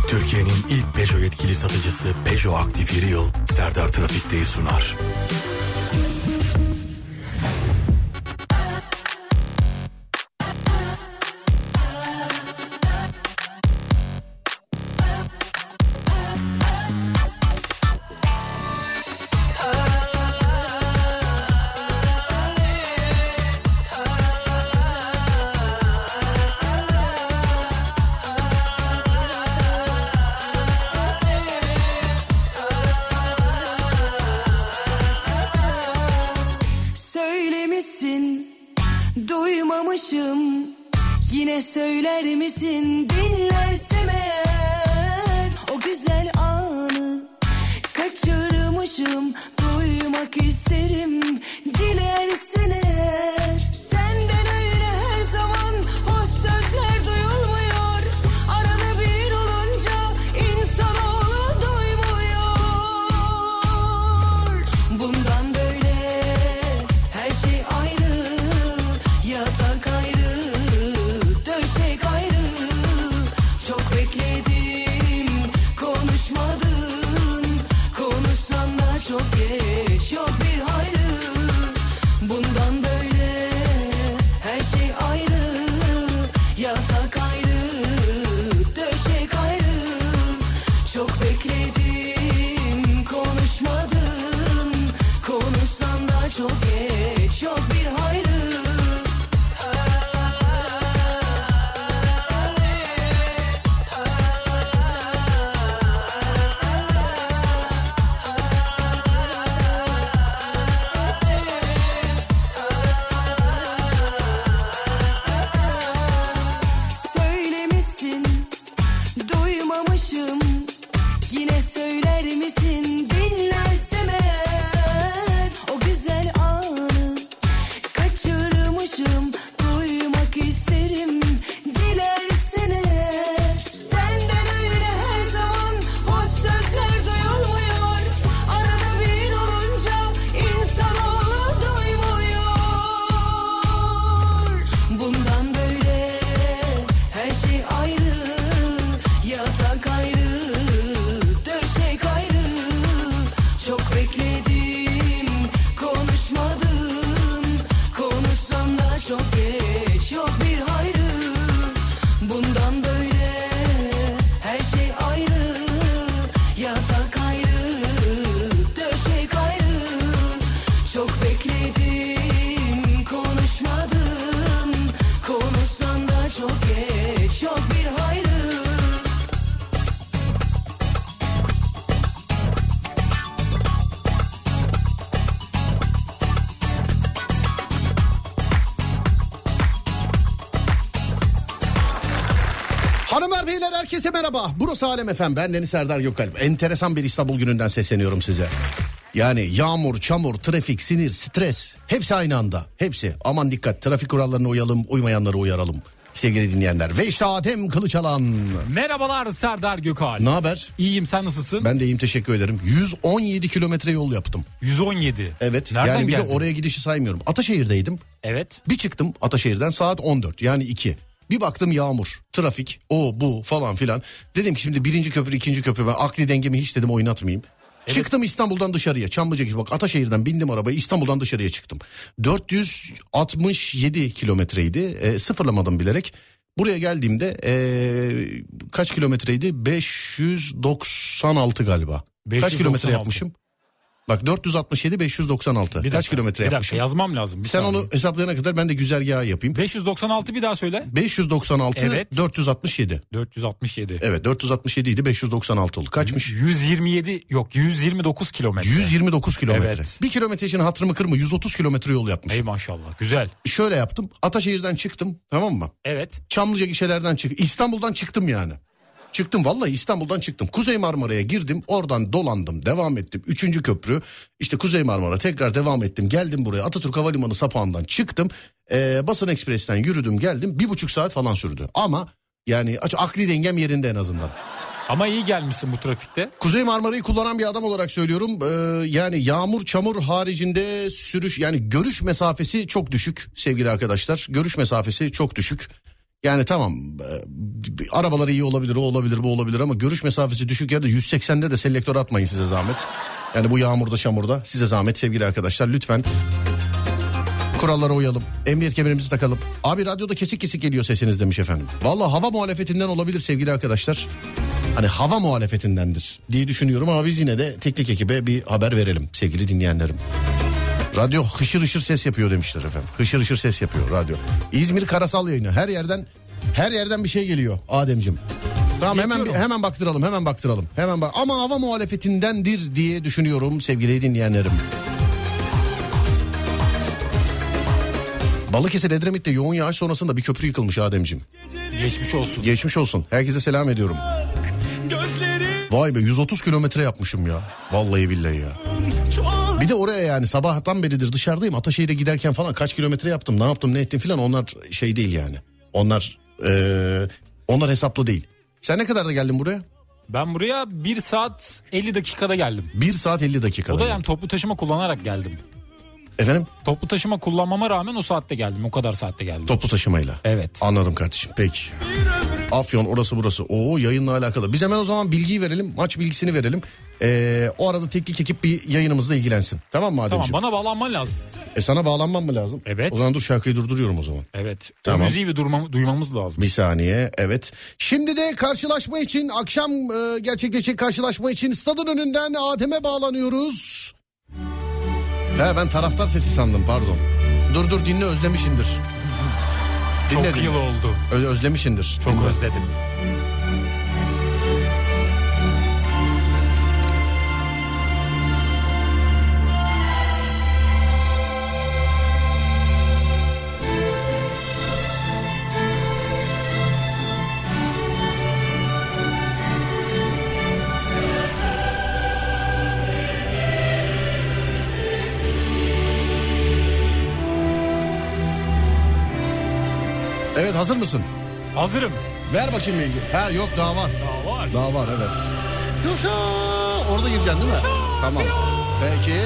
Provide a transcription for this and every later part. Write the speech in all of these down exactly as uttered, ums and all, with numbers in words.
Türkiye'nin ilk Peugeot yetkili satıcısı Peugeot Aktif Yıl Serdar Trafik'teyi sunar. Yine söyler misin, dinlersem eğer o güzel anı kaçırmışım, duymak isterim dilersen eğer. Senden öyle her zaman hoş sözler duyulmuyor, arada bir olunca insanoğlu doymuyor. Bundan böyle her şey ayrı, yatak ayrı, çok geç, yok bir hayrı. Bundan böyle her şey ayrı, yatak ayrı, döşek ayrı. Çok bekledim, konuşmadım, konuşsan da çok geç, yok bir hayrı. Yine söyler misin, dinlersem eğer o güzel anı kaçırmışım, duymak isterim dilersen eğer. Senden öyle her zaman hoş sözler duyulmuyor, arada bir olunca insanoğlu doymuyor. Bundan böyle her şey ayrı, yatak ayrı, çok geç, yok bir hayrı. Bundan böyle her şey ayrı, yatak ayrı, döşek ayrı. Çok bekledim, konuşmadım, konuşsan da çok geç, yok bir hayrı. Hanımlar beyler herkese merhaba. Burası Alem Efem. Ben Deniz Serdar Gökalp. Enteresan bir İstanbul gününden sesleniyorum size. Yani yağmur, çamur, trafik, sinir, stres hepsi aynı anda. Hepsi. Aman dikkat, trafik kurallarına uyalım, uymayanları uyaralım. Sevgili dinleyenler. Ve işte Adem Kılıçalan. Merhabalar Serdar Gökalp. Ne haber? İyiyim, sen nasılsın? Ben de iyiyim, teşekkür ederim. yüz on yedi kilometre yol yaptım. yüz on yedi. Evet. Nereden yani bir geldin? de oraya gidişi saymıyorum. Ataşehir'deydim. Evet. Bir çıktım Ataşehir'den saat on dört yani iki. Bir baktım yağmur, trafik, o bu falan filan. Dedim ki şimdi birinci köprü, ikinci köprü, ben akli dengemi hiç dedim oynatmayayım. Evet. Çıktım İstanbul'dan dışarıya, Çamlıca gibi, bak Ataşehir'den bindim arabaya, İstanbul'dan dışarıya çıktım. dört yüz altmış yedi kilometreydi, e, sıfırlamadım bilerek. Buraya geldiğimde e, kaç kilometreydi? beş yüz doksan altı galiba. beş yüz doksan altı. Kaç kilometre yapmışım? Bak dört yüz altmış yedi beş yüz doksan altı. Bir Kaç dakika, kilometre bir yapmışım? Bir dakika yazmam lazım. Sen saniye. Onu hesaplayana kadar ben de güzergahı yapayım. beş yüz doksan altı bir daha söyle. beş yüz doksan altı evet. dört yüz altmış yedi. dört yüz altmış yedi. Evet dört yüz altmış yedi idi, beş yüz doksan altı oldu. Kaçmış? yüz yirmi yedi yok yüz yirmi dokuz kilometre. yüz yirmi dokuz kilometre. Evet. Bir kilometre için hatırımı kırma, yüz otuz kilometre yol yapmış. Ey maşallah, güzel. Şöyle yaptım, Ataşehir'den çıktım, tamam mı? Evet. Çamlıca gişelerden çık, İstanbul'dan çıktım yani. Çıktım vallahi, İstanbul'dan çıktım. Kuzey Marmara'ya girdim, oradan dolandım, devam ettim. Üçüncü köprü, işte Kuzey Marmara, tekrar devam ettim. Geldim buraya, Atatürk Havalimanı sapağından çıktım. Ee, Basın Ekspres'ten yürüdüm geldim. Bir buçuk saat falan sürdü. Ama yani akli dengem yerinde en azından. Ama iyi gelmişsin bu trafikte. Kuzey Marmara'yı kullanan bir adam olarak söylüyorum. Ee, yani yağmur, çamur haricinde sürüş, yani görüş mesafesi çok düşük sevgili arkadaşlar. Görüş mesafesi çok düşük. Yani tamam e, arabaları iyi olabilir, o olabilir, bu olabilir ama görüş mesafesi düşük yerde yüz seksende de selektör atmayın size zahmet. Yani bu yağmurda şamurda size zahmet sevgili arkadaşlar, lütfen kurallara uyalım. Emniyet kemerimizi takalım. Abi radyoda kesik kesik geliyor sesiniz demiş efendim. Vallahi hava muhalefetinden olabilir sevgili arkadaşlar. Hani hava muhalefetindendir diye düşünüyorum ama biz yine de teknik ekibe bir haber verelim sevgili dinleyenlerim. Radyo hışır hışır ses yapıyor demişler efendim. Hışır hışır ses yapıyor radyo. İzmir karasal yayını. Her yerden her yerden bir şey geliyor Ademciğim. Tamam hemen hemen baktıralım, hemen baktıralım. Hemen bak ama hava muhalefetindendir diye düşünüyorum sevgili dinleyenlerim. Balıkesir Edremit'te yoğun yağış sonrasında bir köprü yıkılmış Ademciğim. Geçmiş olsun. Geçmiş olsun. Herkese selam ediyorum. Vay be, yüz otuz kilometre yapmışım ya. Vallahi billahi ya. Bir de oraya yani sabahtan beridir dışarıdayım. Ataşehir'e giderken falan kaç kilometre yaptım, ne yaptım, ne ettim falan, onlar şey değil yani. Onlar ee, onlar hesaplı değil. Sen ne kadar da geldin buraya? Ben buraya bir saat elli dakikada geldim. bir saat elli dakikada. O da yani toplu taşıma kullanarak geldim. Efendim? Toplu taşıma kullanmama rağmen o saatte geldim. O kadar saatte geldim. Toplu taşımayla. Evet. Anladım kardeşim. Peki. Afyon orası burası. Oo, yayınla alakalı. Biz hemen o zaman bilgiyi verelim. Maç bilgisini verelim. Ee, o arada teknik ekip bir yayınımızla ilgilensin. Tamam mı Ademciğim? Tamam, bana bağlanman lazım. E sana bağlanmam mı lazım? Evet. O zaman dur, şarkıyı durduruyorum o zaman. Evet. Tamam. O müziği bir durma, duymamız lazım. Bir saniye, evet. Şimdi de karşılaşma için, akşam e, gerçekleşecek karşılaşma için stadın önünden Adem'e bağlanıyoruz. He, ben taraftar sesi sandım, pardon. Dur dur dinle, özlemişindir. Dinle, Çok dinle. yıl oldu. Ö- özlemişindir. Çok dinle. özledim. Evet, hazır mısın? Hazırım. Ver bakayım bilgi. Ha yok, daha var. Daha var. Daha var, evet. Yaşa! Orada gireceksin değil mi? Yaşa! Tamam. Peki.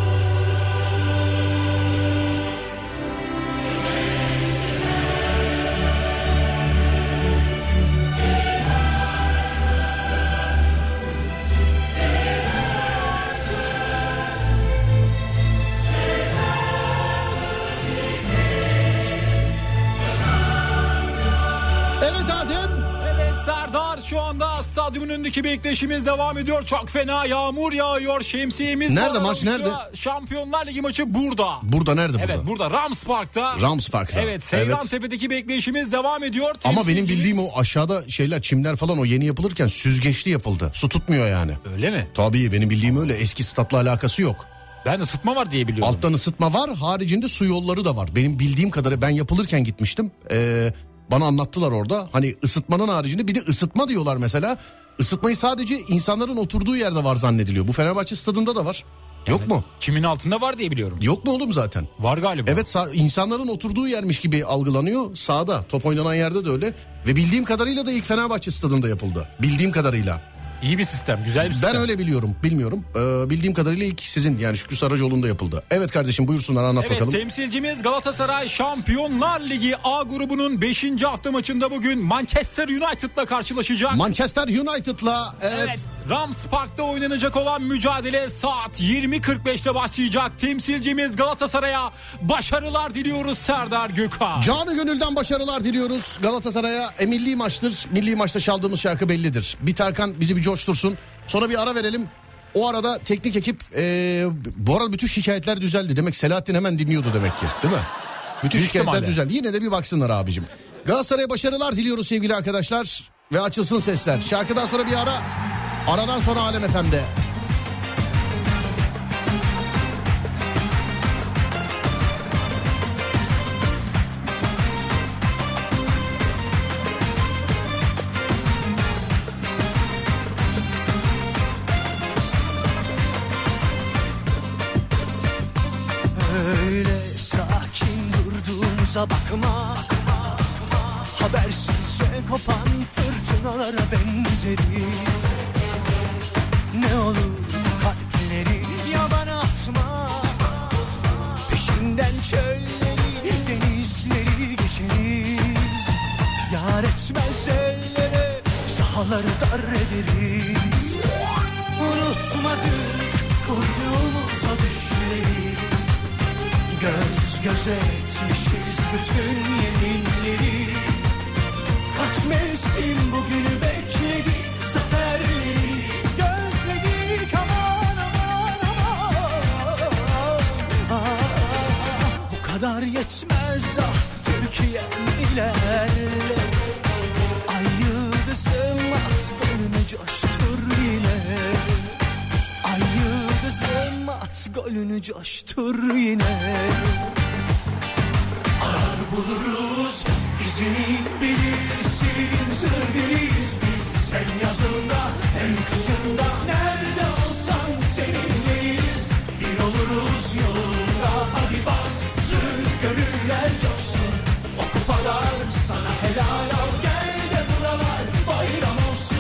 Şu anda stadyumun önündeki bekleyişimiz devam ediyor. Çok fena yağmur yağıyor. Şemsiyemiz nerede var. maç, nerede? Şampiyonlar Ligi maçı burada. Burada nerede burada? Evet, burada Rams Park'ta. Rams Park'ta. Evet, Seyrantepe'deki evet. bekleyişimiz devam ediyor. Ama benim bildiğim o aşağıda şeyler, çimler falan o yeni yapılırken süzgeçli yapıldı. Su tutmuyor yani. Öyle mi? Tabii, benim bildiğim öyle. Eski statla alakası yok. Ben ısıtma var diye biliyorum. Alttan ısıtma var, haricinde su yolları da var. Benim bildiğim kadarıyla ben yapılırken gitmiştim. Eee... Bana anlattılar orada. Hani ısıtmanın haricinde bir de ısıtma diyorlar mesela. Isıtmayı sadece insanların oturduğu yerde var zannediliyor. Bu Fenerbahçe stadında da var. Yani yok mu? Kimin altında var diye biliyorum. Yok mu oğlum zaten? Var galiba. Evet, sağ, insanların oturduğu yermiş gibi algılanıyor. Sağda, top oynanan yerde de öyle. Ve bildiğim kadarıyla da ilk Fenerbahçe stadında yapıldı. Bildiğim kadarıyla. İyi bir sistem, güzel bir sistem. Ben öyle biliyorum, bilmiyorum. Ee, bildiğim kadarıyla ilk sizin, yani Şükrü Saracoğlu'nda yapıldı. Evet kardeşim, buyursunlar, anlat evet, bakalım. Evet, temsilcimiz Galatasaray Şampiyonlar Ligi A grubunun beşinci hafta maçında bugün Manchester United'la karşılaşacak. Manchester United'la evet. evet. Rams Park'ta oynanacak olan mücadele saat yirmi kırk beşte başlayacak. Temsilcimiz Galatasaray'a başarılar diliyoruz Serdar Gökhan. Canı gönülden başarılar diliyoruz Galatasaray'a. E, milli maçtır. Milli maçta çaldığımız şarkı bellidir. Bir Tarkan bizi bir coştursun. Sonra bir ara verelim. O arada teknik ekip e, bu arada bütün şikayetler düzeldi. Demek Selahattin hemen dinliyordu demek ki, değil mi? Bütün Büyük şikayetler ihtimalle. düzeldi. Yine de bir baksınlar abicim. Galatasaray'a başarılar diliyoruz sevgili arkadaşlar. Ve açılsın sesler. Şarkıdan sonra bir ara. Aradan sonra Alem F M'de. Bakma, habersizce kopan fırtınalara benzeriz. Ne olur kalpleri yabana atma, peşinden çölleri denizleri geçeriz. yetmez ellere, sahaları dar ederiz. Unutmadık kurduğumuz o düşleri, göz göze etmişiz bütün yeminleri. Kaç mevsim bugünü bekledi, zaferleri gözledik aman aman aman. Ah, bu kadar yetmez ah Türkiye'm ilerle. Ay yıldızım at golünü coştur yine. Ay yıldızım at golünü coştur yine. Arar buluruz izini bilirsin, sır deriz biz. Hem yazında hem kışında, nerede olsan seninleyiz. Bir oluruz yolunda, hadi bastır gönüller coşsun. O kupalar sana helal al, gel de buralar bayram olsun.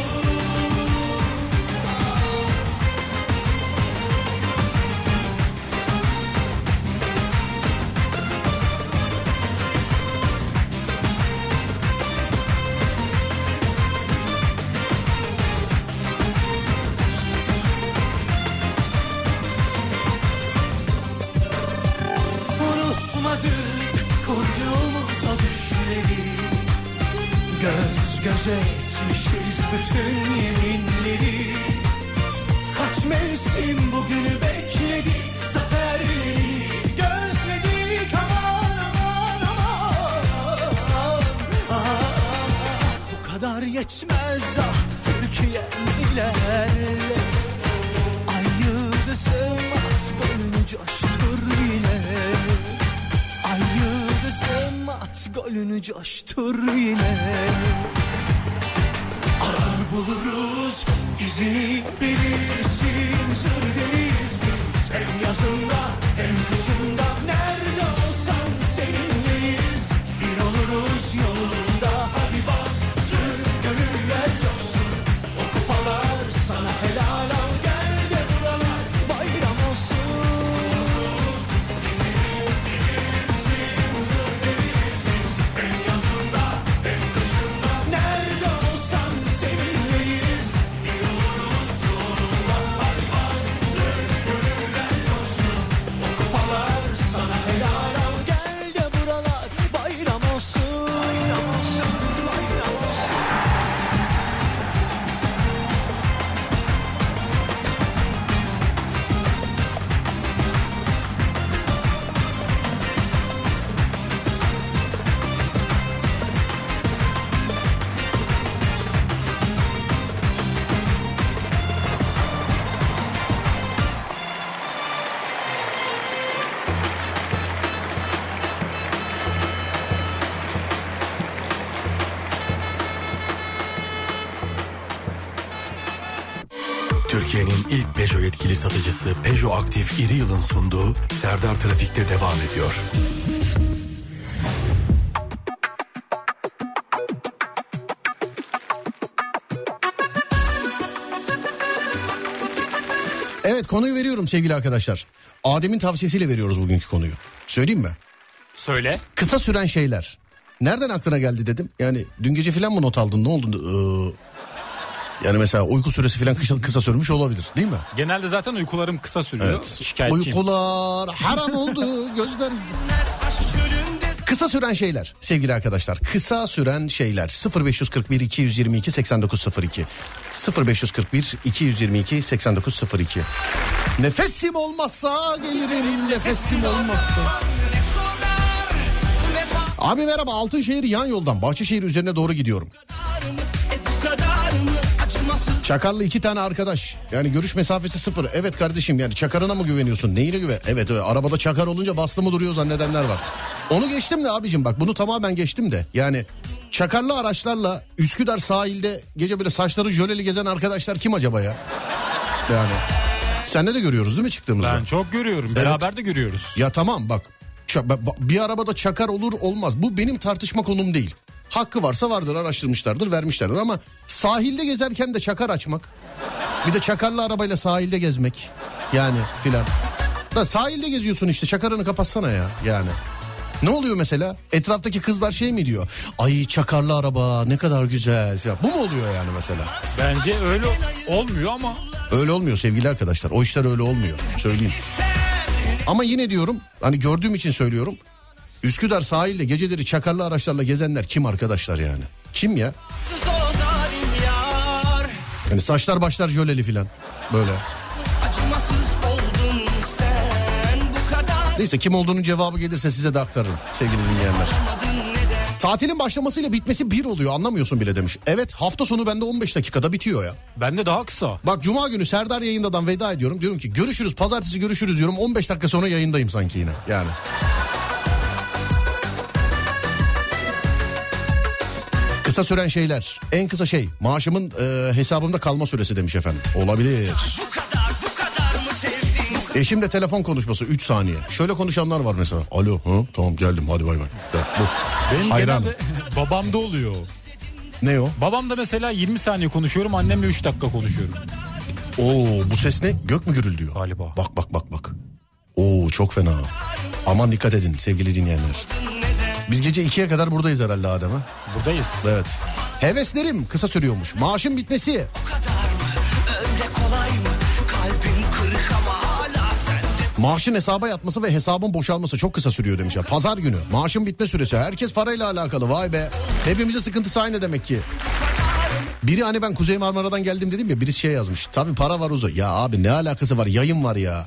Kurduğumuz o düşleri, göz göze etmişiz bütün yeminleri. Kaç mevsim bugünü bekledi, zaferleri gözledik aman aman aman. Ah, bu kadar yetmez ah Türkiye'm ilerle. Ay yıldızım at golünü coştur yine. Ay yıldızım at golünü coştur yine. Arar buluruz izini bilirsin, sır deriz biz. Hem yazında hem kışında, nerede olsan seninleyiz. Bir oluruz yolunda, hadi bastır gönüller coşsun. O kupalar sana helal al, gel de buralar bayram olsun. Türkiye'nin ilk Peugeot yetkili satıcısı Peugeot Aktif İri Yıl'ın sunduğu Serdar Trafik'te devam ediyor. Evet, konuyu veriyorum sevgili arkadaşlar. Adem'in tavsiyesiyle veriyoruz bugünkü konuyu. Söyleyeyim mi? Söyle. Kısa süren şeyler. Nereden aklına geldi dedim. Yani dün gece falan mı not aldın, ne oldu? Ee, yani mesela uyku süresi falan kısa, kısa sürmüş olabilir değil mi? Genelde zaten uykularım kısa sürüyor. Evet. Şikayetçiyim. Uykular haram oldu gözler. Kısa süren şeyler sevgili arkadaşlar. Kısa süren şeyler. sıfır beş kırk bir iki yüz yirmi iki seksen dokuz sıfır iki sıfır beş kırk bir iki yüz yirmi iki seksen dokuz sıfır iki. Nefesim olmazsa gelirim, nefesim olmazsa. Abi merhaba, Altınşehir yan yoldan Bahçeşehir üzerine doğru gidiyorum. Çakarlı iki tane arkadaş. Yani görüş mesafesi sıfır. Evet kardeşim, yani çakarına mı güveniyorsun? Neyine güven? Evet, evet, arabada çakar olunca baslı mı duruyor zannedenler var. Onu geçtim de abicim, bak bunu tamamen geçtim de. Yani çakarlı araçlarla Üsküdar sahilde gece böyle saçları jöleli gezen arkadaşlar kim acaba ya? Yani senle de görüyoruz değil mi çıktığımızda? Ben çok görüyorum. Beraber evet de görüyoruz. Ya tamam bak. Bir arabada çakar olur olmaz. Bu benim tartışma konum değil. Hakkı varsa vardır, araştırmışlardır, vermişlerdir ama sahilde gezerken de çakar açmak, bir de çakarlı arabayla sahilde gezmek yani filan. Da sahilde geziyorsun işte, çakarını kapatsana ya yani. Ne oluyor mesela? Etraftaki kızlar şey mi diyor? Ay çakarlı araba ne kadar güzel falan. Bu mu oluyor yani mesela? Bence öyle olmuyor ama. Öyle olmuyor sevgili arkadaşlar. O işler öyle olmuyor. Söyleyeyim. Ama yine diyorum, hani gördüğüm için söylüyorum. Üsküdar sahilde geceleri çakarlı araçlarla gezenler kim arkadaşlar yani? Kim ya? Yani saçlar başlar jöleli filan. Böyle. Neyse, kim olduğunun cevabı gelirse size de aktarırım sevgili dinleyenler. Tatilin başlamasıyla bitmesi bir oluyor, anlamıyorsun bile demiş. Evet, hafta sonu bende on beş dakikada bitiyor ya. Bende daha kısa. Bak cuma günü Serdar Yayında'dan veda ediyorum. Diyorum ki görüşürüz, pazartesi görüşürüz diyorum. on beş dakika sonra yayındayım sanki yine yani. Kısa süren şeyler. En kısa şey maaşımın e, hesabımda kalma süresi demiş efendim. Olabilir. Bu kadar, bu kadar mı sevdin? Eşimle telefon konuşması üç saniye. Şöyle konuşanlar var mesela. Alo, hı, tamam geldim, hadi bay bay. Bu. Benim hayranım. genelde babamda oluyor. Ne o? Babamda mesela yirmi saniye konuşuyorum, annemle üç dakika konuşuyorum. Oo, bu ses ne? Gök mü gürülüyor? Galiba. Bak bak bak bak. Oo, çok fena. Aman dikkat edin sevgili dinleyenler. Biz gece ikiye kadar buradayız herhalde Adem ha? Buradayız. Evet. Heveslerim kısa sürüyormuş. Maaşın bitmesi. Bu kadar mı? Öyle kolay mı? Kalbim kırık ama hala sende. Maaşın hesaba yatması ve hesabın boşalması çok kısa sürüyor demiş ya. Pazar günü maaşın bitme süresi. Herkes parayla alakalı, vay be. Hepimizin sıkıntısı aynı demek ki. Biri hani ben Kuzey Marmara'dan geldim dedim ya, birisi şey yazmış. Tabii para var Uzo. Ya abi ne alakası var, yayın var ya.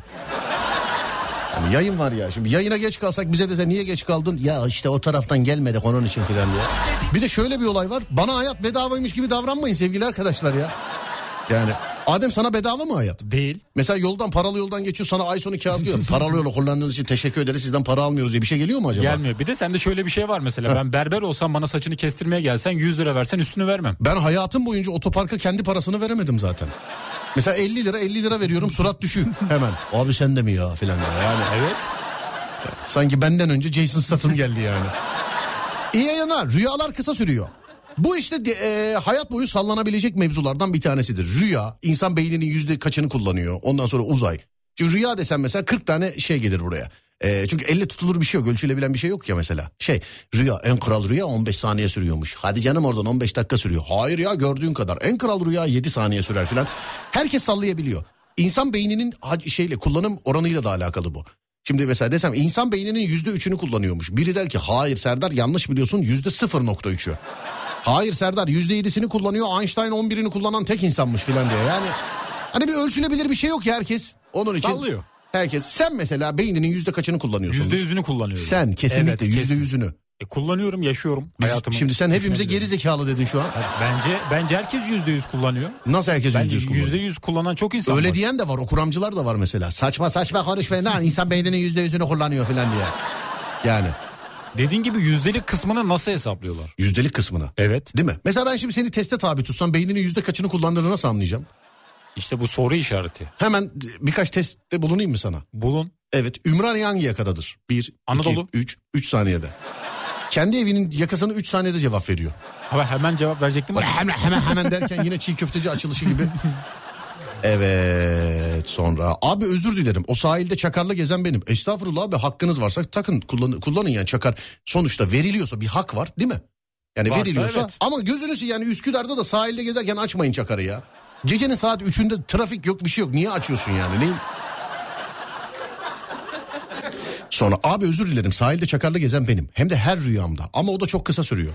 Yani yayın var ya, şimdi yayına geç kalsak bize dese niye geç kaldın? Ya işte o taraftan gelmedik onun için filan diye. Bir de şöyle bir olay var. Bana hayat bedavaymış gibi davranmayın sevgili arkadaşlar ya. Yani Adem, sana bedava mı hayat? Değil. Mesela yoldan, paralı yoldan geçiyor, sana ay sonu kağıt geliyor. Paralı yolu kullandığınız için teşekkür ederiz, sizden para almıyoruz diye bir şey geliyor mu acaba? Gelmiyor. Bir de sende şöyle bir şey var mesela. Ben berber olsam, bana saçını kestirmeye gelsen yüz lira versen üstünü vermem. Ben hayatım boyunca otoparka kendi parasını veremedim zaten. Mesela elli lira elli lira veriyorum, surat düşük hemen. Abi sen de mi ya filan diye yani. Evet. Sanki benden önce Jason Statham geldi yani. İyi yayınlar. Rüyalar kısa sürüyor. Bu işte de, e, hayat boyu sallanabilecek mevzulardan bir tanesidir. Rüya, insan beyninin yüzde kaçını kullanıyor. Ondan sonra uzay. Şimdi rüya desen mesela kırk tane şey gelir buraya. E, çünkü elle tutulur bir şey yok, ölçülebilen bir şey yok ya mesela. Şey, rüya, en kral rüya on beş saniye sürüyormuş. Hadi canım, oradan on beş dakika sürüyor. Hayır ya, gördüğün kadar. En kral rüya yedi saniye sürer filan. Herkes sallayabiliyor. İnsan beyninin şeyle, kullanım oranıyla da alakalı bu. Şimdi mesela desem insan beyninin yüzde üçünü kullanıyormuş. Biri der ki hayır Serdar, yanlış biliyorsun, yüzde sıfır nokta üçü. Hayır Serdar, yüzde yedisini kullanıyor, Einstein on birini kullanan tek insanmış filan diye. Yani hani bir ölçülebilir bir şey yok ya, herkes. Onun için sallıyor. Herkes. Sen mesela beyninin yüzde kaçını kullanıyorsun? Yüzde yüzünü kullanıyorum. Sen kesinlikle evet, yüzde kesin. yüzünü. E, kullanıyorum, yaşıyorum Biz, hayatımı. şimdi sen hepimize geri zekalı dedin şu an. Bence bence herkes yüzde yüz kullanıyor. Nasıl herkes yüzde yüz kullanıyor? Yüzde yüz kullanan çok insan Öyle var. diyen de var, o kuramcılar da var mesela. Saçma saçma konuşmayın lan, insan beyninin yüzde yüzünü kullanıyor filan diye. Yani. Dediğin gibi yüzdelik kısmını nasıl hesaplıyorlar? Yüzdelik kısmını. Evet. Değil mi? Mesela ben şimdi seni teste tabi tutsam beyninin yüzde kaçını kullandığını nasıl anlayacağım? İşte bu soru işareti. Hemen birkaç testte bulunayım mı sana? Bulun. Evet, Ümraniye hangi yakadadır? Bir, Anadolu. iki, üç, üç saniyede. Kendi evinin yakasını üç saniyede cevap veriyor. Ama hemen cevap verecektim ama. Hemen hemen hemen derken yine çiğ köfteci açılışı gibi. Evet, sonra abi özür dilerim, o sahilde çakarla gezen benim. Estağfurullah abi, hakkınız varsa takın, kullanın, kullanın yani. Çakar sonuçta veriliyorsa bir hak var değil mi? Yani Varsa veriliyorsa evet. Ama gözünüzü yani Üsküdar'da da sahilde gezerken açmayın çakarı ya. Gecenin saat üçünde trafik yok, bir şey yok, niye açıyorsun yani? Neyin? Sonra abi özür dilerim, sahilde çakarla gezen benim. Hem de her rüyamda, ama o da çok kısa sürüyor.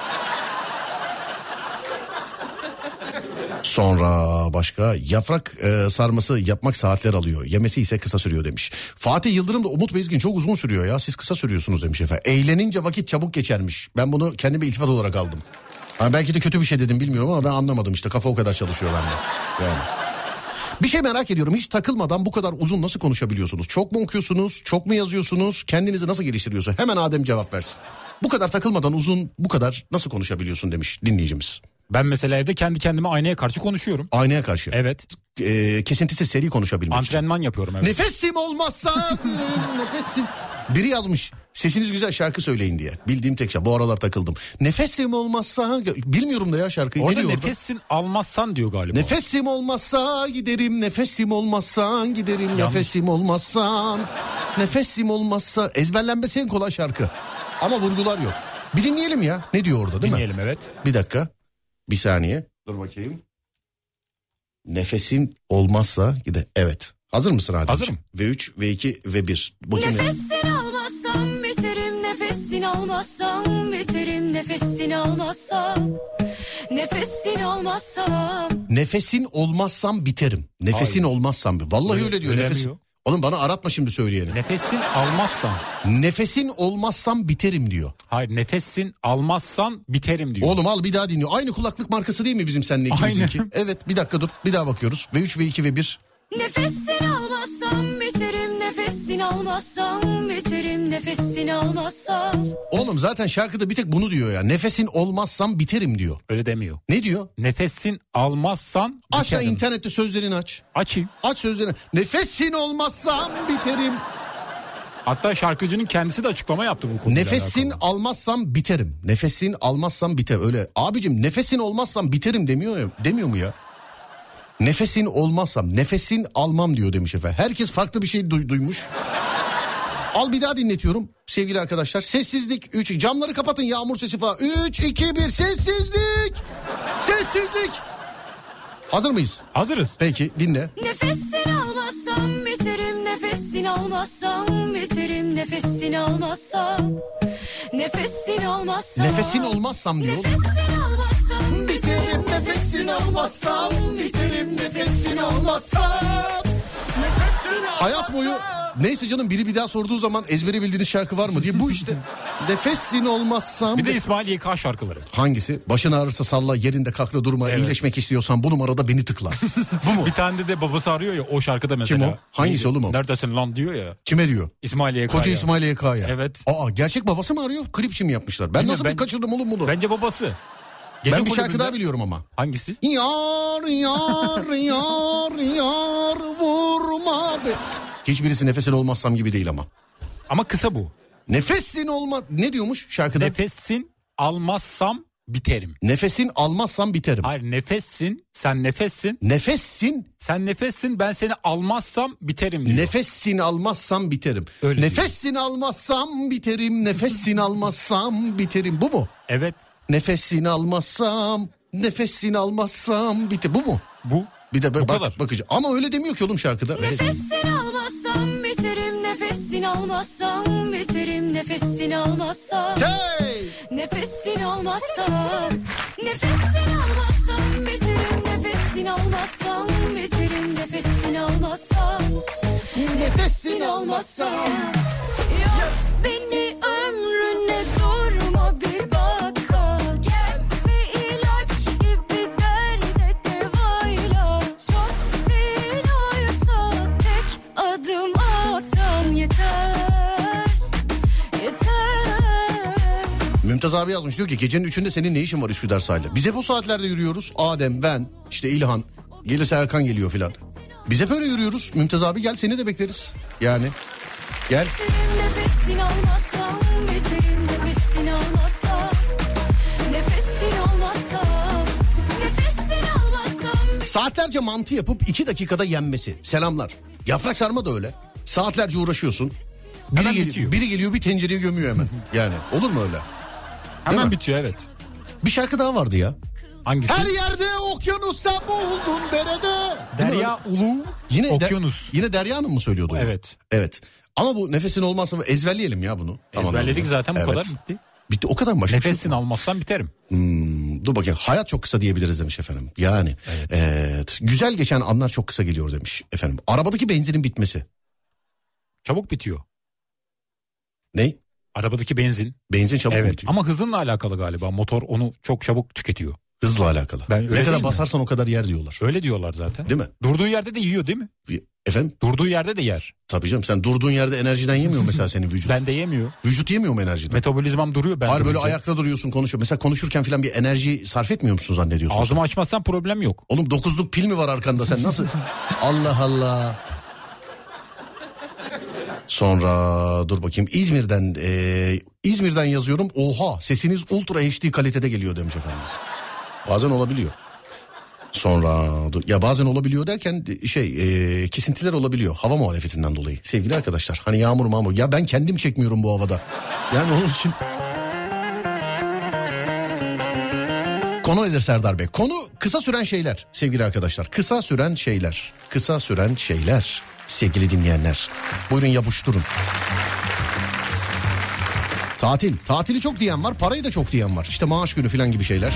Sonra başka, yaprak e, sarması yapmak saatler alıyor. Yemesi ise kısa sürüyor demiş. Fatih Yıldırım da Umut Bezgin çok uzun sürüyor ya, siz kısa sürüyorsunuz demiş efendim. Eğlenince vakit çabuk geçermiş. Ben bunu kendime iltifat olarak aldım. Ha, belki de kötü bir şey dedim bilmiyorum ama ben anlamadım işte, kafa o kadar çalışıyor bende. Yani. Bir şey merak ediyorum, hiç takılmadan bu kadar uzun nasıl konuşabiliyorsunuz? Çok mu okuyorsunuz, çok mu yazıyorsunuz, kendinizi nasıl geliştiriyorsunuz? Hemen Adem cevap versin. Bu kadar takılmadan uzun, bu kadar nasıl konuşabiliyorsun demiş dinleyicimiz. Ben mesela evde kendi kendime aynaya karşı konuşuyorum. Aynaya karşı. Evet. E, kesintisiz seri konuşabilmek Antrenman için. yapıyorum evet. Nefesim olmazsa nefesim. Biri yazmış, sesiniz güzel, şarkı söyleyin diye. Bildiğim tek şey, bu aralar takıldım. Nefesim olmazsa, bilmiyorum da ya şarkıyı. Orada ne diyor nefesin orada? Almazsan diyor galiba. Nefesim olmazsa giderim, nefesim olmazsa giderim, Yanlış. Nefesim olmazsa. Nefesim olmazsa ezberlenmesi en kolay şarkı. Ama vurgular yok. Bir dinleyelim ya. Ne diyor orada değil Dinleyelim, mi? evet. Bir dakika. Bir saniye. Dur bakayım. Nefesim olmazsa gide. Evet. Hazır mısın Ademciğim? Hazırım. V üç, V iki, V bir. Bakayım. Nefesini almazsam biterim, nefesini almazsam biterim, nefesini almazsam, nefesini almazsam. Nefesin olmazsam biterim. Nefesin Hayır. olmazsam. Vallahi öyle, Öyle- diyor. öyle Nefes. demiyor. Oğlum bana aratma şimdi söyleyeni. Nefesin almazsan. Nefesin olmazsam biterim diyor. Hayır, nefesin almazsan biterim diyor. Oğlum al bir daha dinliyor. Aynı kulaklık markası değil mi bizim seninle ikimizinki? Aynen. Evet bir dakika dur. Bir daha bakıyoruz. V üç, V iki, V bir. Nefesini almazsam biterim, nefesini almazsam biterim, nefesini almazsam. Oğlum zaten şarkıda bir tek bunu diyor ya. Nefesin olmazsam biterim diyor. Öyle demiyor. Ne diyor? Nefesin almazsan Aşağı biterim. internette sözlerini aç. Açayım. Aç sözlerini. Nefesin olmazsam biterim. Hatta şarkıcının kendisi de açıklama yaptı bu konuyla Nefesin alakalı. almazsam biterim. Nefesin almazsam biter. Öyle. Abicim nefesin olmazsam biterim demiyor ya. Demiyor mu ya? Nefesin olmazsam, nefesin almam diyor demiş efendim. Herkes farklı bir şey duy- duymuş. Al bir daha dinletiyorum sevgili arkadaşlar. Sessizlik. üç. Camları kapatın, yağmur sesi falan. üç, iki, bir. Sessizlik. Sessizlik. Hazır mıyız? Hazırız. Peki dinle. Nefesini almazsam biterim, nefesini almazsam biterim, nefesini almazsam, nefesini almazsam. Nefesin olmazsam diyor. Nefesini almazsam Biterim nefesini almazsam, biterim nefesini almazsam. nefesini Hayat boyu neyse canım, biri bir daha sorduğu zaman ezbere bildiğiniz şarkı var mı diye bu işte. Nefesin olmazsam. Bir de İsmail Y K şarkıları. Hangisi? Başın ağrırsa salla, yerinde kalkta durma, Evet. iyileşmek istiyorsan bu numarada beni tıkla. Bu mu? Bir tane de, de babası arıyor ya o şarkıda mesela. Kim o? Hangisi Neydi? oğlum o? Neredesin lan diyor ya. Kime diyor? İsmail Y K. Koca ya. İsmail Y K'ya. Evet. Aa, gerçek babası mı arıyor? Klip için mi yapmışlar? Ben Bilmiyorum, nasıl ben- bir kaçırdım oğlum bunu? Bence babası. Gece ben bir şarkı kulübünde- daha biliyorum ama. Hangisi? Yar yar yar yar vurma be. Hiçbirisi nefesin olmazsam gibi değil ama. Ama kısa bu. Nefesin olma... Ne diyormuş şarkıda? Nefesin almazsam biterim. Nefesin almazsam biterim. Hayır, nefessin, sen nefessin, Nefessin, sen nefessin, ben seni almazsam biterim diyor. nefessin almazsam biterim. Öyle nefessin almazsam biterim, nefessin almazsam biterim. Bu mu? Evet, Nefessin almazsam, nefessin almazsam biterim. Bu mu? bu. Bir de Bu bak, kadar. bakacağım. Ama öyle demiyor ki oğlum şarkıda. Nefesini almazsam biterim, nefesini almazsam biterim, nefesini almazsam. Hey! Nefesini almazsam, nefesini almazsam biterim, nefesini almazsam biterim, nefesini almazsam, nefesini almazsam. Yaz beni ömrüne, durma bir dakika, gel bir ilaç gibi derde devayla. Çok değil oysa tek adım atsan yeter, yeter. Mümtaz abi yazmış, diyor ki gecenin üçünde senin ne işin var Üsküdar sahilde? Biz hep o saatlerde yürüyoruz. Adem, ben, işte İlhan, gelirse Erkan geliyor filan. Biz hep öyle yürüyoruz. Mümtaz abi gel, seni de bekleriz. Yani gel. Biterim nefesini almazsam, biterim nefesini almazsam, nefesini almazsam, nefesini almazsam. Saatlerce mantı yapıp iki dakikada yenmesi. Selamlar. Yaprak sarma da öyle. Saatlerce uğraşıyorsun. Biri, Hemen gel- bitiyor. biri geliyor bir tencereye gömüyor hemen. Yani olur mu öyle? Hemen mi? bitiyor, evet. Bir şarkı daha vardı ya. Hangisi? Her yerde okyanus sen buldun derede. Değil mi öyle? Derya Ulu Yine de- Okyanus. yine Derya Hanım mı söylüyordu? onu? Evet. Evet. Ama bu nefesin olmazsa ezberleyelim ya bunu. Tamam, Ezberledik tamam. zaten, bu Evet. kadar bitti. Bitti, o kadar mı? Başka bir şey yok Nefesini mu? almazsam biterim. Hmm, dur bakayım, hayat çok kısa diyebiliriz demiş efendim. Yani evet, güzel geçen anlar çok kısa geliyor demiş efendim. Arabadaki benzinin bitmesi. Çabuk bitiyor. Ne? Arabadaki benzin. Benzin çabuk Evet, bitiyor. ama hızınla alakalı galiba. Motor onu çok çabuk tüketiyor. Hızla alakalı. Ben- öyle ne değil kadar mi? basarsan o kadar yer diyorlar. Öyle diyorlar zaten. Değil mi? Durduğu yerde de yiyor değil mi? Efendim? Durduğu yerde de yer. Tabii canım, sen durduğun yerde enerjiden yemiyor mesela senin vücut. Ben de yemiyor. Vücut yemiyor mu enerjiden? Metabolizmam duruyor ben. Hayır, böyle durunca. ayakta duruyorsun, konuşuyor. Mesela konuşurken falan bir enerji sarf etmiyor musun zannediyorsun? Ağzımı sen? açmazsan problem yok. Oğlum dokuzluk pil mi var arkanda, sen nasıl? Allah Allah. Sonra dur bakayım, İzmir'den e, İzmir'den yazıyorum. Oha, sesiniz ultra H D kalitede geliyor demiş efendimiz. Bazen olabiliyor. Sonra ya bazen olabiliyor derken şey e, kesintiler olabiliyor hava muhalefetinden dolayı sevgili arkadaşlar. Hani yağmur mağmur ya ben kendim çekmiyorum bu havada. Yani onun için. Konu nedir Serdar Bey? Konu kısa süren şeyler sevgili arkadaşlar. Kısa süren şeyler. Kısa süren şeyler sevgili dinleyenler. Buyurun yapıştırın. Tatil. Tatili çok diyen var, parayı da çok diyen var. İşte maaş günü falan gibi şeyler.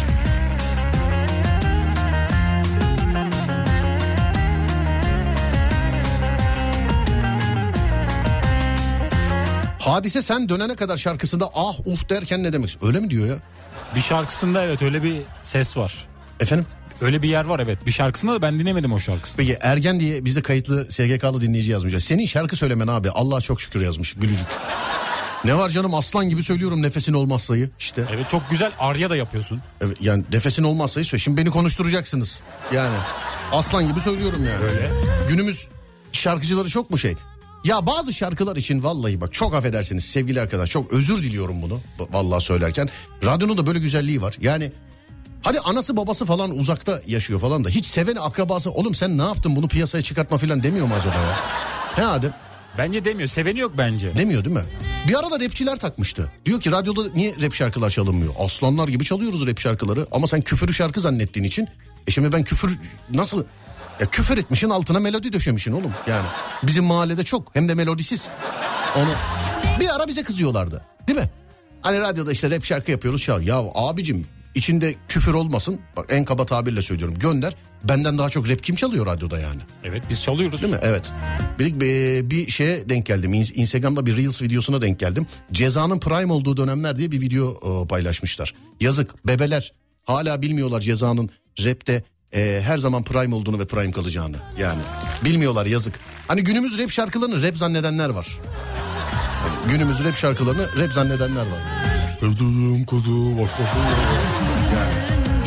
Hadise Sen Dönene Kadar şarkısında ah uf derken ne demek? Öyle mi diyor ya? Bir şarkısında evet öyle bir ses var. Efendim? Öyle bir yer var evet. Bir şarkısında da ben dinlemedim o şarkısını. Peki Ergen diye bizde kayıtlı S G K'lı dinleyici yazmış. Senin şarkı söylemen abi Allah'a çok şükür yazmış gülücük. Ne var canım aslan gibi söylüyorum nefesin olmazsayı işte. Evet çok güzel arya da yapıyorsun. Evet, yani nefesin olmazsayı söyle. Şimdi beni konuşturacaksınız. Yani aslan gibi söylüyorum yani. Öyle. Günümüz şarkıcıları çok mu şey? Ya bazı şarkılar için vallahi bak çok affedersiniz sevgili arkadaş. Çok özür diliyorum bunu vallahi söylerken. Radyonun da böyle güzelliği var. Yani hadi anası babası falan uzakta yaşıyor falan da hiç seveni akrabası oğlum sen ne yaptın bunu piyasaya çıkartma falan demiyor mu acaba ya? He Adem? Bence demiyor. Seveni yok bence. Demiyor değil mi? Bir arada rapçiler takmıştı. Diyor ki radyoda niye rap şarkılar çalınmıyor? Aslanlar gibi çalıyoruz rap şarkıları ama sen küfürü şarkı zannettiğin için. E şimdi ben küfür nasıl... Ya küfür etmişin altına melodi döşemişin oğlum yani. Bizim mahallede çok hem de melodisiz. Onu bir ara bize kızıyorlardı değil mi? Hani radyoda işte rap şarkı yapıyoruz çal. Ya abicim içinde küfür olmasın. Bak en kaba tabirle söylüyorum gönder. Benden daha çok rap kim çalıyor radyoda yani? Evet biz çalıyoruz. Değil mi? Evet. Bir, bir, bir şeye denk geldim. Instagram'da bir Reels videosuna denk geldim. Ceza'nın prime olduğu dönemler diye bir video paylaşmışlar. Yazık bebeler hala bilmiyorlar Ceza'nın rapte e, her zaman prime olduğunu ve prime kalacağını. Yani bilmiyorlar yazık. Hani günümüz rap şarkılarını rap zannedenler var. Yani günümüz rap şarkılarını rap zannedenler var. Sevdiğim kuzu başkası. Yani.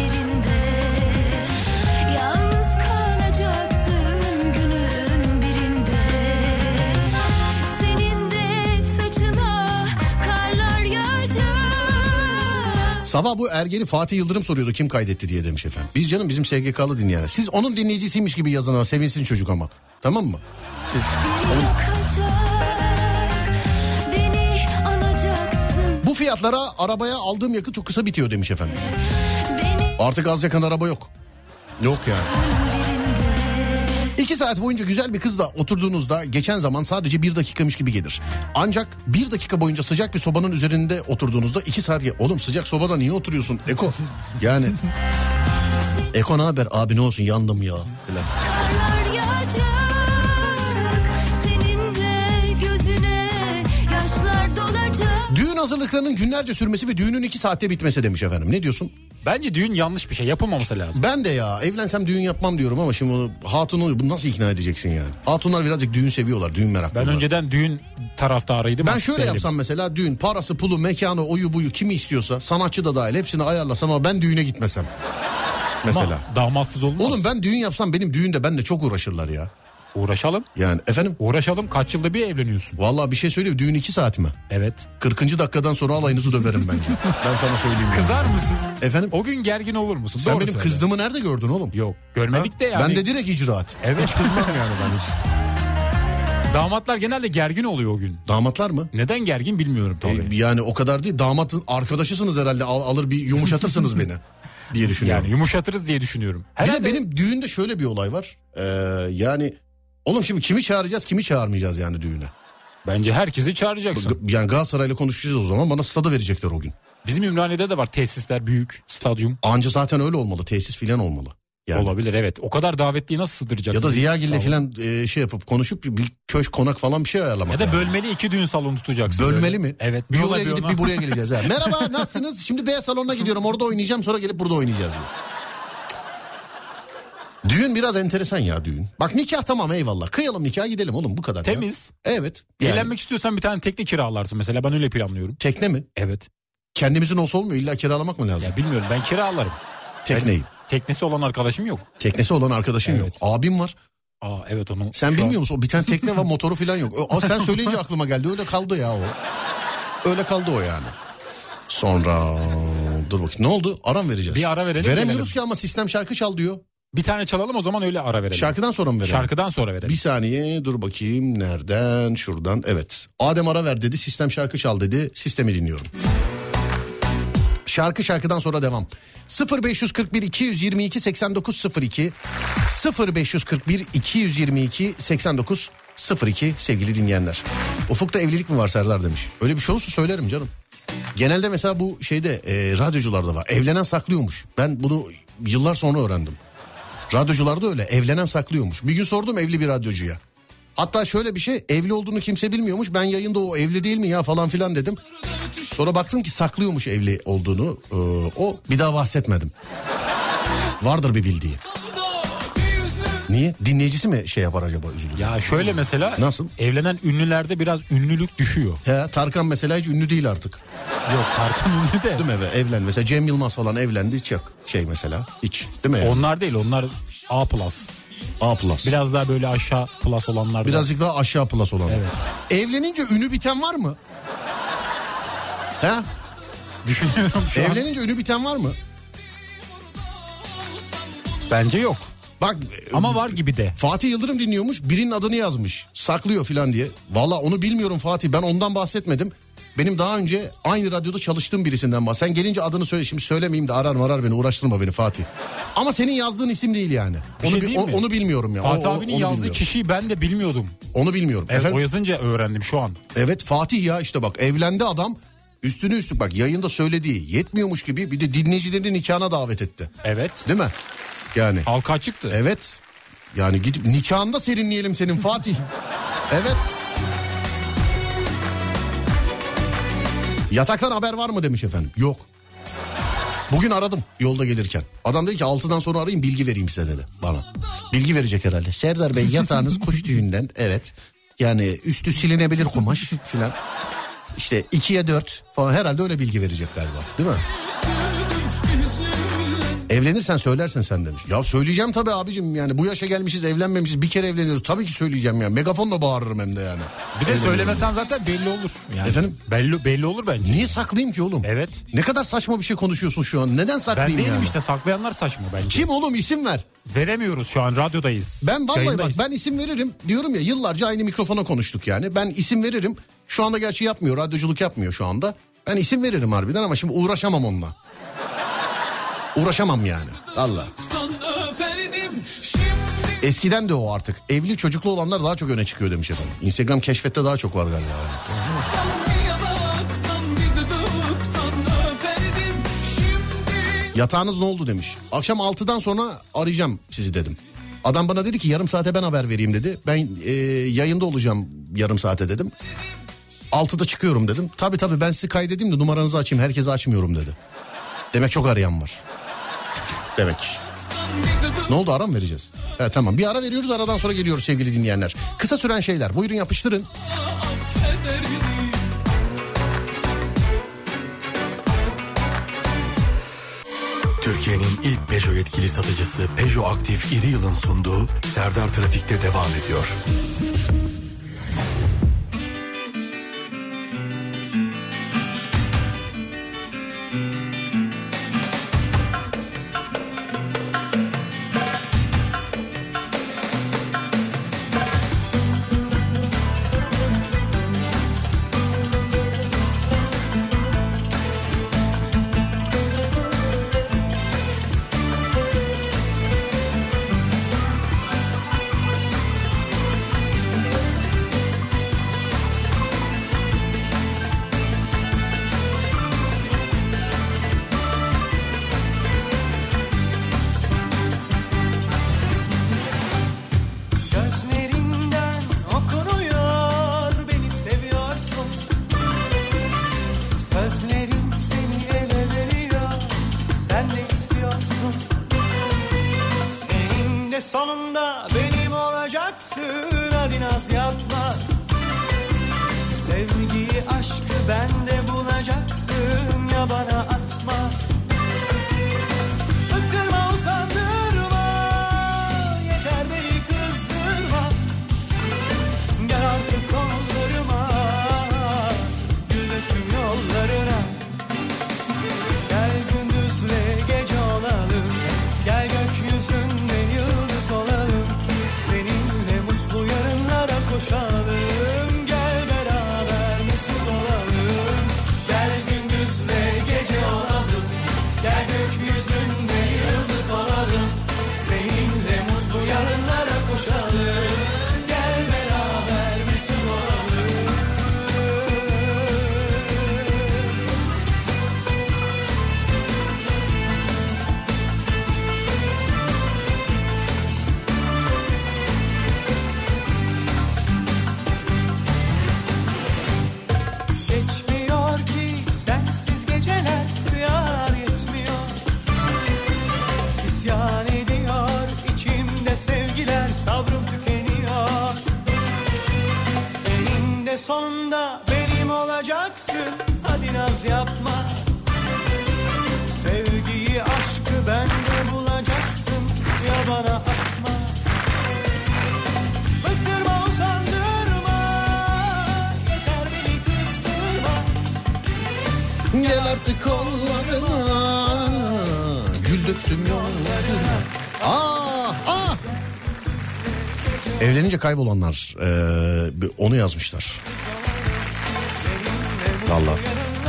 Sabah bu Ergen'i Fatih Yıldırım soruyordu kim kaydetti diye demiş efendim. Biz canım bizim S G K'lı dinleyenler. Siz onun dinleyicisiymiş gibi yazın ama sevinsin çocuk ama. Tamam mı? Siz onun... Bu fiyatlara arabaya aldığım yakıt çok kısa bitiyor demiş efendim. Artık az yakan araba yok. Yok yani. İki saat boyunca güzel bir kızla oturduğunuzda geçen zaman sadece bir dakikamış gibi gelir. Ancak bir dakika boyunca sıcak bir sobanın üzerinde oturduğunuzda iki saat... Oğlum sıcak sobada niye oturuyorsun Eko? Yani... Eko ne haber? Abi ne olsun yandım ya. Falan. Düğün hazırlıklarının günlerce sürmesi ve düğünün iki saatte bitmesi demiş efendim. Ne diyorsun? Bence düğün yanlış bir şey. Yapılmaması lazım. Ben de ya evlensem düğün yapmam diyorum ama şimdi onu hatunu bunu nasıl ikna edeceksin yani? Hatunlar birazcık düğün seviyorlar, düğün meraklılar. Ben önceden düğün taraftarıydım. Ben şöyle yapsam mesela düğün parası, pulu, mekanı, oyu buyu kimi istiyorsa sanatçı da dahil hepsini ayarlasam ama ben düğüne gitmesem. Mesela. Ama damatsız olmaz. Oğlum ben düğün yapsam benim düğünde benimle çok uğraşırlar ya. Uğraşalım. Yani efendim? Uğraşalım kaç yılda bir evleniyorsun. Vallahi bir şey söyleyeyim düğün iki saat mi? Evet. kırkıncı dakikadan sonra alayınızı döverim bence. Ben sana söyleyeyim. Yani. Kızar mısın? Efendim? O gün gergin olur musun? Sen Doğru benim söyle. kızdığımı nerede gördün oğlum? Yok görmedik Ha? de yani. Ben de direkt icraat. Evet. Hiç kızmam yani ben hiç. Damatlar genelde gergin oluyor o gün. Damatlar mı? Neden gergin bilmiyorum tabii. Ee, yani o kadar değil. Damatın arkadaşısınız herhalde. Al, alır bir yumuşatırsınız beni diye düşünüyorum. Yani yumuşatırız diye düşünüyorum. Herhalde... Bir de benim düğünde şöyle bir olay var. Ee, yani oğlum şimdi kimi çağıracağız kimi çağırmayacağız yani düğüne. Bence herkesi çağıracaksın. Yani Galatasaray'la konuşacağız o zaman bana stadı verecekler o gün. Bizim Ümraniye'de de var tesisler büyük stadyum. Anca zaten öyle olmalı tesis filan olmalı. Yani. Olabilir evet. O kadar davetliyi nasıl sığdıracaksın? Ya da Ziyagil'le filan e, şey yapıp konuşup bir köşk konak falan bir şey ayarlamak. Ya da yani. bölmeli iki düğün salonu tutacaksın. Bölmeli böyle. mi? Evet. Bir Bir oraya bir gidip ona. bir buraya geleceğiz. Ha. Merhaba nasılsınız? Şimdi B salonuna gidiyorum orada oynayacağım sonra gelip burada oynayacağız. Düğün biraz enteresan ya düğün. Bak nikah tamam eyvallah. Kıyalım nikah gidelim oğlum bu kadar. Temiz. Ya. Evet. Yani. Eğlenmek istiyorsan bir tane tekne kiralarsın mesela ben öyle planlıyorum. Tekne mi? Evet. Kendimizin olsa olmuyor illa kiralamak mı lazım? Ya bilmiyorum ben kiralarım. Tekneyi. Ben, teknesi olan arkadaşım yok. Teknesi olan arkadaşın Evet. yok. Abim var. Aa evet onu. Sen şu bilmiyor an- musun? O bir tane tekne var motoru falan yok. O, sen söyleyince aklıma geldi. Öyle kaldı ya o. Öyle kaldı o yani. Sonra dur bakayım ne oldu? Ara mı vereceğiz? Bir ara verelim, Veremiyoruz gelelim. ki ama sistem şarkı çal diyor. Bir tane çalalım o zaman, öyle ara verelim. Şarkıdan sonra mı verelim? Şarkıdan sonra verelim. Bir saniye dur bakayım, nereden, şuradan, evet. Adem ara ver dedi, sistem şarkı çal dedi, sistemi dinliyorum. Şarkı şarkıdan sonra devam. sıfır beş kırk bir iki yüz yirmi iki seksen dokuz sıfır iki sıfır beş kırk bir iki yüz yirmi iki seksen dokuz sıfır iki sevgili dinleyenler. Ufuk'ta evlilik mi var Serdar demiş. Öyle bir şey olursa söylerim canım. Genelde mesela bu şeyde e, radyocularda var. Evlenen saklıyormuş. Ben bunu yıllar sonra öğrendim. Radyocularda öyle, evlenen saklıyormuş. Bir gün sordum evli bir radyocuya. Hatta şöyle bir şey, evli olduğunu kimse bilmiyormuş. Ben yayında o evli değil mi ya falan filan dedim. Sonra baktım ki saklıyormuş evli olduğunu. Ee, o bir daha bahsetmedim. Vardır bir bildiği. Niye? Dinleyicisi mi şey yapar acaba, üzülür? Ya şöyle mesela. Nasıl? Evlenen ünlülerde biraz ünlülük düşüyor. He, Tarkan mesela hiç ünlü değil artık. Yok, Tarkan ünlü de. Değil mi? Evet, evlen. Mesela Cem Yılmaz falan evlendi. Çok şey mesela. Hiç. Değil mi? Yani? Onlar değil, onlar A plus. A plus. Biraz daha böyle aşağı plus olanlar. Birazcık daha aşağı plus olan. Evet. Evlenince ünü biten var mı? He? Düşünüyorum şu an. Evlenince ünü biten var mı? Bence yok. Bak ama var gibi de. Fatih Yıldırım dinliyormuş, birinin adını yazmış. Saklıyor filan diye. Valla onu bilmiyorum Fatih, ben ondan bahsetmedim. Benim daha önce aynı radyoda çalıştığım birisinden bahsediyorum. Sen gelince adını söyle, şimdi söylemeyeyim de arar marar beni, uğraştırma beni Fatih. Ama senin yazdığın isim değil yani. Bir Onu, şey bi- onu, onu bilmiyorum ya. Fatih o, abinin onu yazdığı bilmiyorum. kişiyi ben de bilmiyordum. Onu bilmiyorum. Evet, Efendim? o yazınca öğrendim şu an. Evet Fatih ya, işte bak evlendi adam. Üstüne üstlük bak yayında söylediği yetmiyormuş gibi bir de dinleyicilerini nikahına davet etti. Evet. Değil mi? Yani. Halka açıktı. Evet. Yani gidip nikahında serinleyelim senin Fatih. Evet. Yataktan haber var mı demiş efendim. Yok. Bugün aradım yolda gelirken. Adam dedi ki altıdan sonra arayayım, bilgi vereyim size dedi bana. Bilgi verecek herhalde. Serdar Bey yatağınız kuş tüyünden. Evet. Yani üstü silinebilir kumaş filan. İşte ikiye dört falan, herhalde öyle bilgi verecek galiba. Değil mi? Evlenirsen söylersin sen demiş. Ya söyleyeceğim tabii abicim, yani bu yaşa gelmişiz, evlenmemişiz, bir kere evleniyoruz. Tabii ki söyleyeceğim ya. Megafonla bağırırım hem de yani. Bir de Evleniyorum. söylemesen zaten belli olur. Yani Efendim? Belli, belli olur bence. Niye saklayayım ki oğlum? Evet. Ne kadar saçma bir şey konuşuyorsun şu an. Neden Ben saklayayım değilim yani? işte, saklayanlar saçma bence. Kim oğlum, isim ver. Veremiyoruz, şu an radyodayız. Ben vallahi Yayındayız. bak, ben isim veririm. Diyorum ya, yıllarca aynı mikrofona konuştuk yani. Ben isim veririm. Şu anda gerçi yapmıyor, radyoculuk yapmıyor şu anda. Ben isim veririm harbiden ama şimdi uğraşamam onunla. Uğraşamam yani. Allah. Eskiden de o artık. Evli çocuklu olanlar daha çok öne çıkıyor demiş efendim. Instagram keşfette daha çok var galiba. Yatağınız ne oldu demiş. Akşam altıdan sonra arayacağım sizi dedim. Adam bana dedi ki yarım saate ben haber vereyim dedi. Ben e, yayında olacağım yarım saate dedim. altıda çıkıyorum dedim. Tabii tabii ben sizi kaydedeyim de numaranızı açayım, herkese açmıyorum dedi. Demek çok arayan var. Demek. Ne oldu, ara mı vereceğiz? Evet tamam, bir ara veriyoruz, aradan sonra geliyoruz sevgili dinleyenler. Kısa süren şeyler, buyurun yapıştırın. Türkiye'nin ilk Peugeot yetkili satıcısı Peugeot Aktif İri Yıl'ın sunduğu Serdar Trafik'te devam ediyor. Gözlerinden okunuyor beni seviyorsun. Sözlerim seni ele veriyor, sen de istiyorsun. Eninde sonunda benim olacaksın, hadi naz yapma. Sevgiyi, aşkı bende bulacaksın, ya bana atma. Bıktırma, usandırma, yeter beni kızdırma. Gel artık kollarıma, gül döküm yollarına. Gel gündüzle gece olalım, gel gökyüzünde koşalım. Gel beraber bizim olalım. Geçmiyor ki sensiz geceler, duyar yetmiyor. İsyan ediyor içimde sevgiler, sabrım tükeniyor. Eninde sonunda benim olacaksın, hadi naz yapma. Sevgiyi, aşkı bende bulacaksın, ya bana atma. Bıktırma, usandırma, yeter beni kızdırma. Gel artık kollarıma, gül döktüm yollarına. Aa, aa. Evlenince kaybolanlar ee, onu yazmışlar. Vallahi.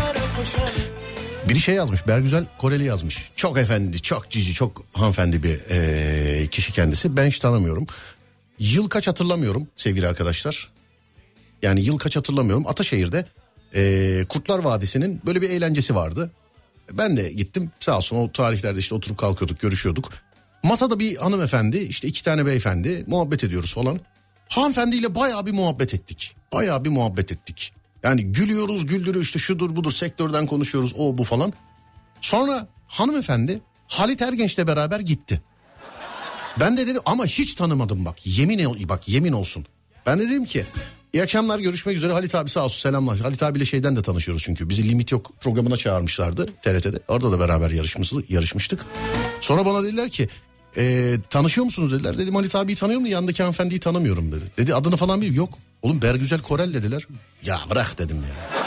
Biri şey yazmış, Bergüzel Koreli yazmış. Çok efendi, çok cici, çok hanımefendi bir ee, kişi kendisi. Ben hiç tanımıyorum. Yıl kaç hatırlamıyorum sevgili arkadaşlar. Yani yıl kaç hatırlamıyorum. Ataşehir'de ee, Kurtlar Vadisi'nin böyle bir eğlencesi vardı. Ben de gittim, sağ olsun o tarihlerde işte oturup kalkıyorduk, görüşüyorduk. Masada bir hanımefendi, işte iki tane beyefendi, muhabbet ediyoruz falan. Hanımefendiyle bayağı bir muhabbet ettik. Bayağı bir muhabbet ettik. Yani gülüyoruz, güldürüyor, işte şudur budur, sektörden konuşuyoruz, o bu falan. Sonra hanımefendi Halit Ergenç'le beraber gitti. Ben de dedim ama hiç tanımadım bak, yemin bak yemin olsun. Ben de dedim ki iyi akşamlar, görüşmek üzere. Halit abi sağ olsun, selamlar. Halit abiyle şeyden de tanışıyoruz çünkü. Bizi Limit Yok programına çağırmışlardı T R T'de. Orada da beraber yarışmıştık. Sonra bana dediler ki e, tanışıyor musunuz dediler. Dedim Halit abiyi tanıyorum da yanındaki hanımefendiyi tanımıyorum dedi. Dedi adını falan bilmiyorum. Yok oğlum Bergüzel Korel dediler. Ya bırak dedim ya.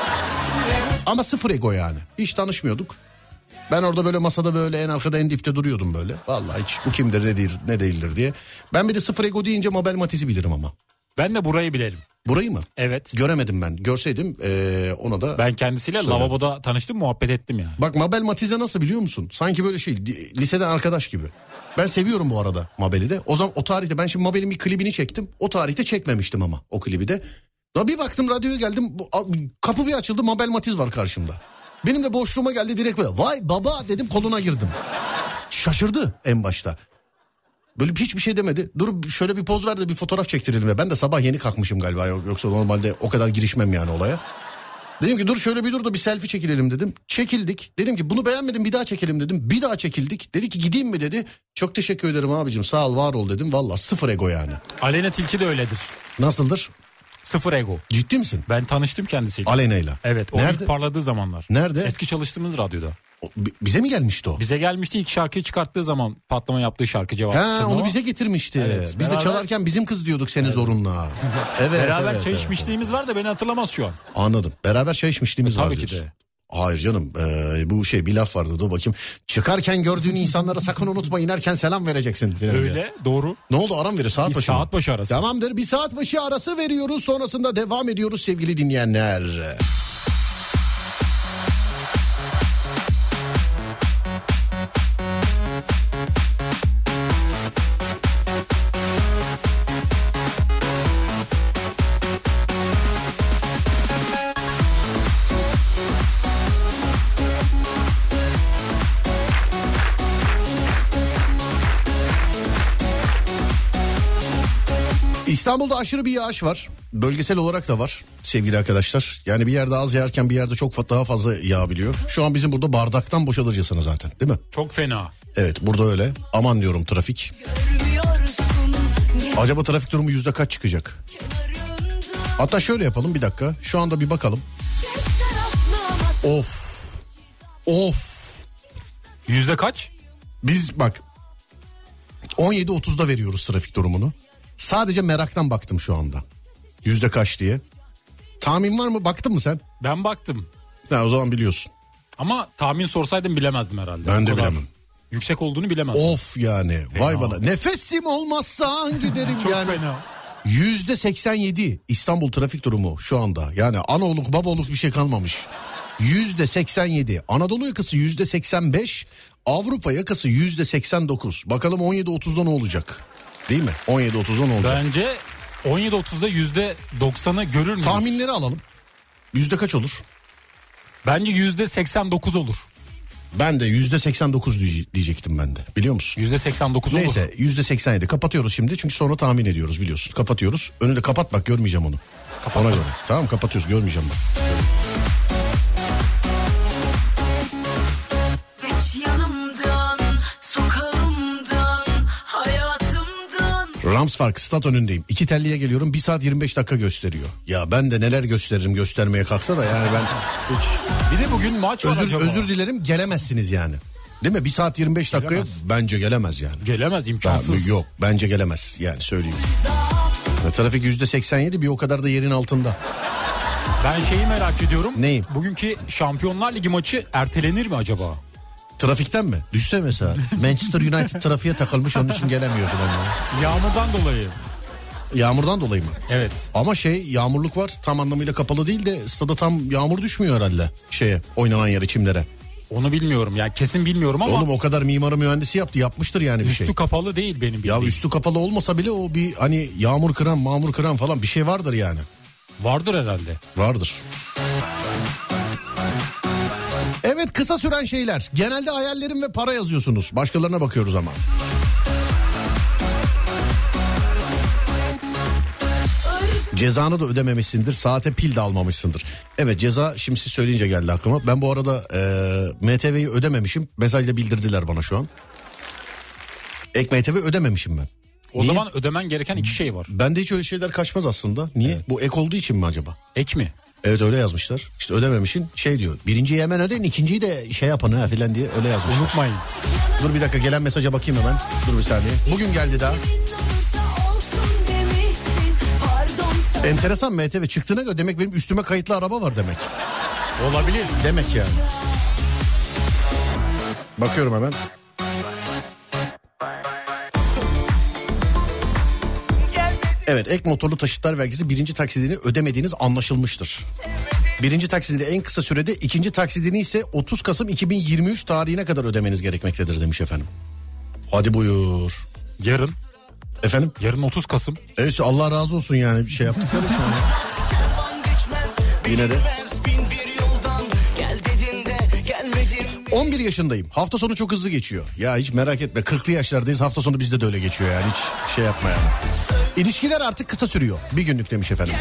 Ama sıfır ego yani. Hiç tanışmıyorduk. Ben orada böyle masada böyle en arkada en dipte duruyordum böyle. Vallahi hiç bu kimdir ne, değil, ne değildir diye. Ben bir de sıfır ego deyince Mabel Matiz'i bilirim ama. Ben de burayı bilerim. Burayı mı? Evet. Göremedim ben. Görseydim ee, ona da... Ben kendisiyle söyledim. Lavaboda tanıştım, muhabbet ettim yani. Bak Mabel Matiz'e nasıl biliyor musun? Sanki böyle şey liseden arkadaş gibi. Ben seviyorum bu arada Mabel'i de. O zaman o tarihte ben şimdi Mabel'in bir klibini çektim. O tarihte çekmemiştim ama o klibi de. Ya bir baktım radyoya geldim. Kapı bir açıldı, Mabel Matiz var karşımda. Benim de boşluğuma geldi direkt böyle. Vay baba dedim, koluna girdim. Şaşırdı en başta. Böyle hiçbir şey demedi. Dur şöyle bir poz ver de bir fotoğraf çektirelim de. Ben de sabah yeni kalkmışım galiba. Yoksa normalde o kadar girişmem yani olaya. Dedim ki dur şöyle bir dur da bir selfie çekilelim dedim. Çekildik. Dedim ki bunu beğenmedim, bir daha çekelim dedim. Bir daha çekildik. Dedi ki gideyim mi dedi. Çok teşekkür ederim abicim, sağ ol var ol dedim. Valla sıfır ego yani. Aleyna Tilki de öyledir. Nasıldır? Sıfır ego. Ciddi misin? Ben tanıştım kendisiyle. Aleyna'yla. Evet. O nerede? ilk parladığı zamanlar. Nerede? Eski çalıştığımız radyoda. O, bize mi gelmişti o? Bize gelmişti, ilk şarkıyı çıkarttığı zaman patlama yaptığı şarkı cevap. Ha, onu bize getirmişti. Evet, Biz beraber... de çalarken bizim kız diyorduk seni evet. zorunla. Evet, beraber evet, çay evet, içmişliğimiz evet. var da beni hatırlamaz şu an. Anladım. Beraber çay içmişliğimiz e, var tabii diyorsun. ki de. Hayır canım ee, bu şey bir laf vardı, dur bakayım. Çıkarken gördüğün insanlara sakın unutma, inerken selam vereceksin. Öyle ya. Doğru. Ne oldu, aram verir saat bir başı saat başı arası. Tamamdır, bir saat başı arası veriyoruz, sonrasında devam ediyoruz sevgili dinleyenler. İstanbul'da aşırı bir yağış var. Bölgesel olarak da var sevgili arkadaşlar. Yani bir yerde az yağarken bir yerde çok daha fazla yağabiliyor. Şu an bizim burada bardaktan boşalırcasına zaten, değil mi? Çok fena. Evet, burada öyle. Aman diyorum trafik. Acaba trafik durumu yüzde kaç çıkacak? Hatta şöyle yapalım, bir dakika. Şu anda bir bakalım. Of. Of. Yüzde kaç? Biz bak on yedi otuzda veriyoruz trafik durumunu. Sadece meraktan baktım şu anda. Yüzde kaç diye. Tahmin var mı? Baktın mı sen? Ben baktım. Ha, o zaman biliyorsun. Ama tahmin sorsaydım bilemezdim herhalde. Ben de bilemem. Yüksek olduğunu bilemezdim. Of yani. Fena. Vay bana. Nefesim olmazsa giderim Çok yani. fena. Yüzde seksen yedi İstanbul trafik durumu şu anda. Yani anaoluk babaoluk bir şey kalmamış. Yüzde seksen yedi. Anadolu yakası yüzde seksen beş. Avrupa yakası yüzde seksen dokuz. Bakalım on yedi otuzda ne olacak? Değil mi? on yedi otuz on olacak. Bence on yedi otuzda yüzde doksanı görür müyüz? Tahminleri alalım. Yüzde kaç olur? Bence yüzde seksen dokuz olur. Ben de yüzde seksen dokuz diyecektim ben de. Biliyor musun? yüzde seksen dokuz olur. Neyse yüzde seksen yedi kapatıyoruz şimdi çünkü sonra tahmin ediyoruz biliyorsun. Kapatıyoruz. Önünde kapat bak görmeyeceğim onu. Kapattım. Ona göre. Tamam kapatıyoruz görmeyeceğim ben. Geç yanımdan, sokağımdan, hayatımdan. Ramspark stat önündeyim. İki telliye geliyorum. bir saat yirmi beş dakika gösteriyor. Ya ben de neler gösteririm göstermeye kalksa da yani ben hiç... Bir de bugün maç var Özür, acaba. özür dilerim gelemezsiniz yani. Değil mi? bir saat yirmi beş dakikaya Gelemez. bence gelemez yani. Gelemez, imkansız. Ben, yok bence gelemez yani söyleyeyim. Ve trafik yüzde seksen yedi bir o kadar da yerin altında. Ben şeyi merak ediyorum. Neyi? Bugünkü Şampiyonlar Ligi maçı ertelenir mi acaba? Trafikten mi? Düşse mesela. Manchester United trafiğe takılmış onun için gelemiyor falan. Yani. Yağmurdan dolayı. Yağmurdan dolayı mı? Evet. Ama şey yağmurluk var tam anlamıyla kapalı değil de stada tam yağmur düşmüyor herhalde şeye oynanan yere çimlere. Onu bilmiyorum yani kesin bilmiyorum ama. Oğlum o kadar mimarı mühendisi yaptı yapmıştır yani bir üstü şey. kapalı değil benim bildiğim. Ya üstü kapalı olmasa bile o bir hani yağmur kıran mağmur kıran falan bir şey vardır yani. Vardır herhalde. Vardır. Evet kısa süren şeyler. Genelde hayallerim ve para yazıyorsunuz. Başkalarına bakıyoruz ama. Cezanı da ödememişsindir. Saate pil de almamışsındır. Evet ceza şimdi siz söyleyince geldi aklıma. Ben bu arada e, M T V'yi ödememişim. Mesajla bildirdiler bana şu an. Ek M T V ödememişim ben. O Niye? zaman ödemen gereken iki şey var. Bende hiç öyle şeyler kaçmaz aslında. Niye? Evet. Bu ek olduğu için mi acaba? Ek mi? Evet öyle yazmışlar. İşte ödememişin şey diyor. Birinciyi hemen ödeyin ikinciyi de şey yapın ha filan diye öyle yazmışlar. Unutmayın. Dur bir dakika gelen mesaja bakayım hemen. Dur bir saniye. Bugün geldi daha. Enteresan M T V çıktığına göre demek benim üstüme kayıtlı araba var demek. Olabilir. Demek yani. Bakıyorum hemen. Evet ek motorlu taşıtlar vergisi birinci taksidini ödemediğiniz anlaşılmıştır. Birinci taksidini en kısa sürede, ikinci taksidini ise otuz Kasım iki bin yirmi üç tarihine kadar ödemeniz gerekmektedir demiş efendim. Hadi buyur. Yarın. Efendim? Yarın otuz Kasım. Evet Allah razı olsun yani bir şey yaptıkları için. Yine de. on bir yaşındayım. Hafta sonu çok hızlı geçiyor. Ya hiç merak etme kırklı yaşlardayız hafta sonu bizde de öyle geçiyor yani hiç şey yapma yani. İlişkiler artık kısa sürüyor. Bir günlük demiş efendim.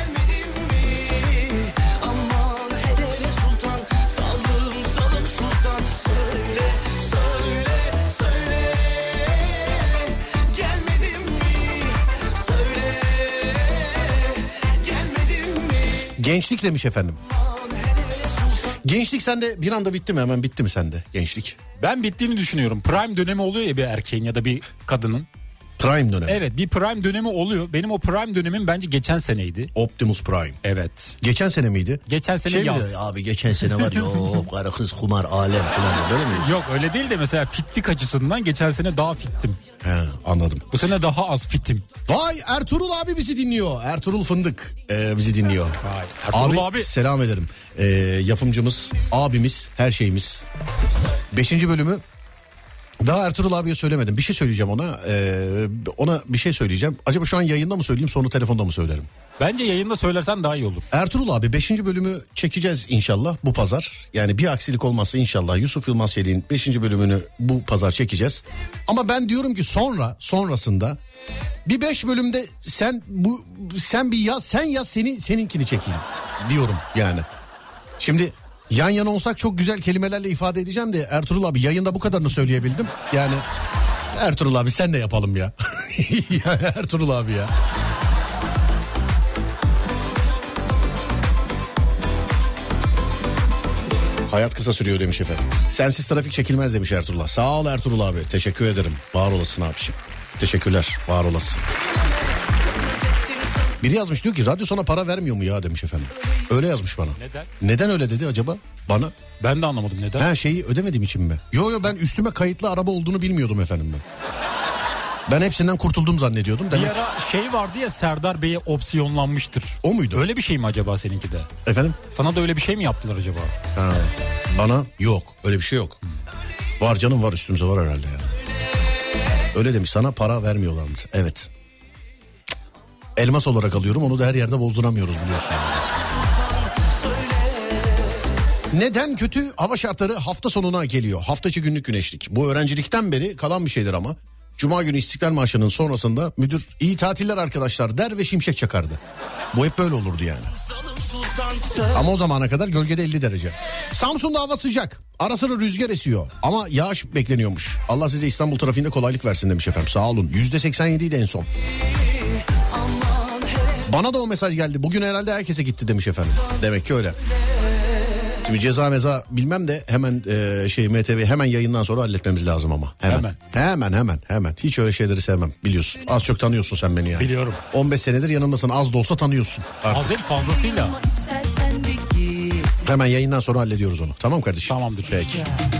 Gençlik demiş efendim. Gençlik sende bir anda bitti mi? Hemen bitti mi sende gençlik? Ben bittiğini düşünüyorum. Prime dönemi oluyor ya bir erkeğin ya da bir kadının. Prime dönemi. Evet bir prime dönemi oluyor. Benim o prime dönemim bence geçen seneydi. Optimus Prime. Evet. Geçen sene miydi? Geçen sene şey yaz. Mi? Abi geçen sene var ya o karı kız kumar alem falan böyle mi? Yok öyle değil de mesela fitlik açısından geçen sene daha fittim. He anladım. Bu sene daha az fitim. Vay Ertuğrul abi bizi dinliyor. Ertuğrul Fındık ee, bizi dinliyor. Vay, Ertuğrul abi, abi. Selam ederim. Ee, yapımcımız, abimiz, her şeyimiz. Beşinci bölümü daha Ertuğrul abiye söylemedim. Bir şey söyleyeceğim ona. Ee, ona bir şey söyleyeceğim. Acaba şu an yayında mı söyleyeyim sonra telefonda mı söylerim? Bence yayında söylersen daha iyi olur. Ertuğrul abi beşinci bölümü çekeceğiz inşallah bu pazar. Yani bir aksilik olmazsa inşallah Yusuf Yılmaz serinin beşinci bölümünü bu pazar çekeceğiz. Ama ben diyorum ki sonra sonrasında bir beş bölümde sen bu sen bir yaz sen yaz seni seninkini çekeyim diyorum yani. Şimdi yan yana olsak çok güzel kelimelerle ifade edeceğim de Ertuğrul abi yayında bu kadarını söyleyebildim. Yani Ertuğrul abi sen de yapalım ya. ya Ertuğrul abi ya. Hayat kısa sürüyor demiş efendim. Sensiz trafik çekilmez demiş Ertuğrul. Sağ ol Ertuğrul abi. Teşekkür ederim. Var olasın abiciğim. Teşekkürler. Var olasın. Biri yazmış diyor ki radyo sana para vermiyor mu ya demiş efendim. Öyle yazmış bana. Neden? Neden öyle dedi acaba bana? Ben de anlamadım neden. Ha şeyi ödemediğim için mi? Yo yo ben üstüme kayıtlı araba olduğunu bilmiyordum efendim ben. Ben hepsinden kurtuldum zannediyordum. Bir Demek... ara şey vardı ya Serdar Bey'e opsiyonlanmıştır. O muydu? Öyle bir şey mi acaba seninki de? Efendim? Sana da öyle bir şey mi yaptılar acaba? Ha. Bana yok öyle bir şey yok. Hmm. Var canım var üstümüze var herhalde ya. Öyle demiş, sana para vermiyorlar mı? Evet. Elmas olarak alıyorum, onu da her yerde bozduramıyoruz biliyorsun. Neden kötü hava şartları hafta sonuna geliyor? Hafta içi günlük güneşlik. Bu öğrencilikten beri kalan bir şeydir ama. Cuma günü İstiklal Marşı'nın sonrasında müdür iyi tatiller arkadaşlar der ve şimşek çakardı. Bu hep böyle olurdu yani. Ama o zamana kadar gölgede elli derece. Samsun'da hava sıcak. Ara sıra rüzgar esiyor ama yağış bekleniyormuş. Allah size İstanbul trafiğinde kolaylık versin demiş efendim. Sağ olun. yüzde seksen yediydi en son. Bana da o mesaj geldi. Bugün herhalde herkese gitti demiş efendim. Demek ki öyle. Şimdi ceza meza bilmem de hemen e, şey M T V hemen yayından sonra halletmemiz lazım ama. Hemen. Hemen hemen hemen. hemen. Hiç öyle şeyleri sevmem biliyorsun. Az çok tanıyorsun sen beni yani. Biliyorum. on beş senedir yanımdasın, az da olsa tanıyorsun. Artık. Az değil, fazlasıyla. Hemen yayından sonra hallediyoruz onu. Tamam kardeşim. Tamamdır. Peki.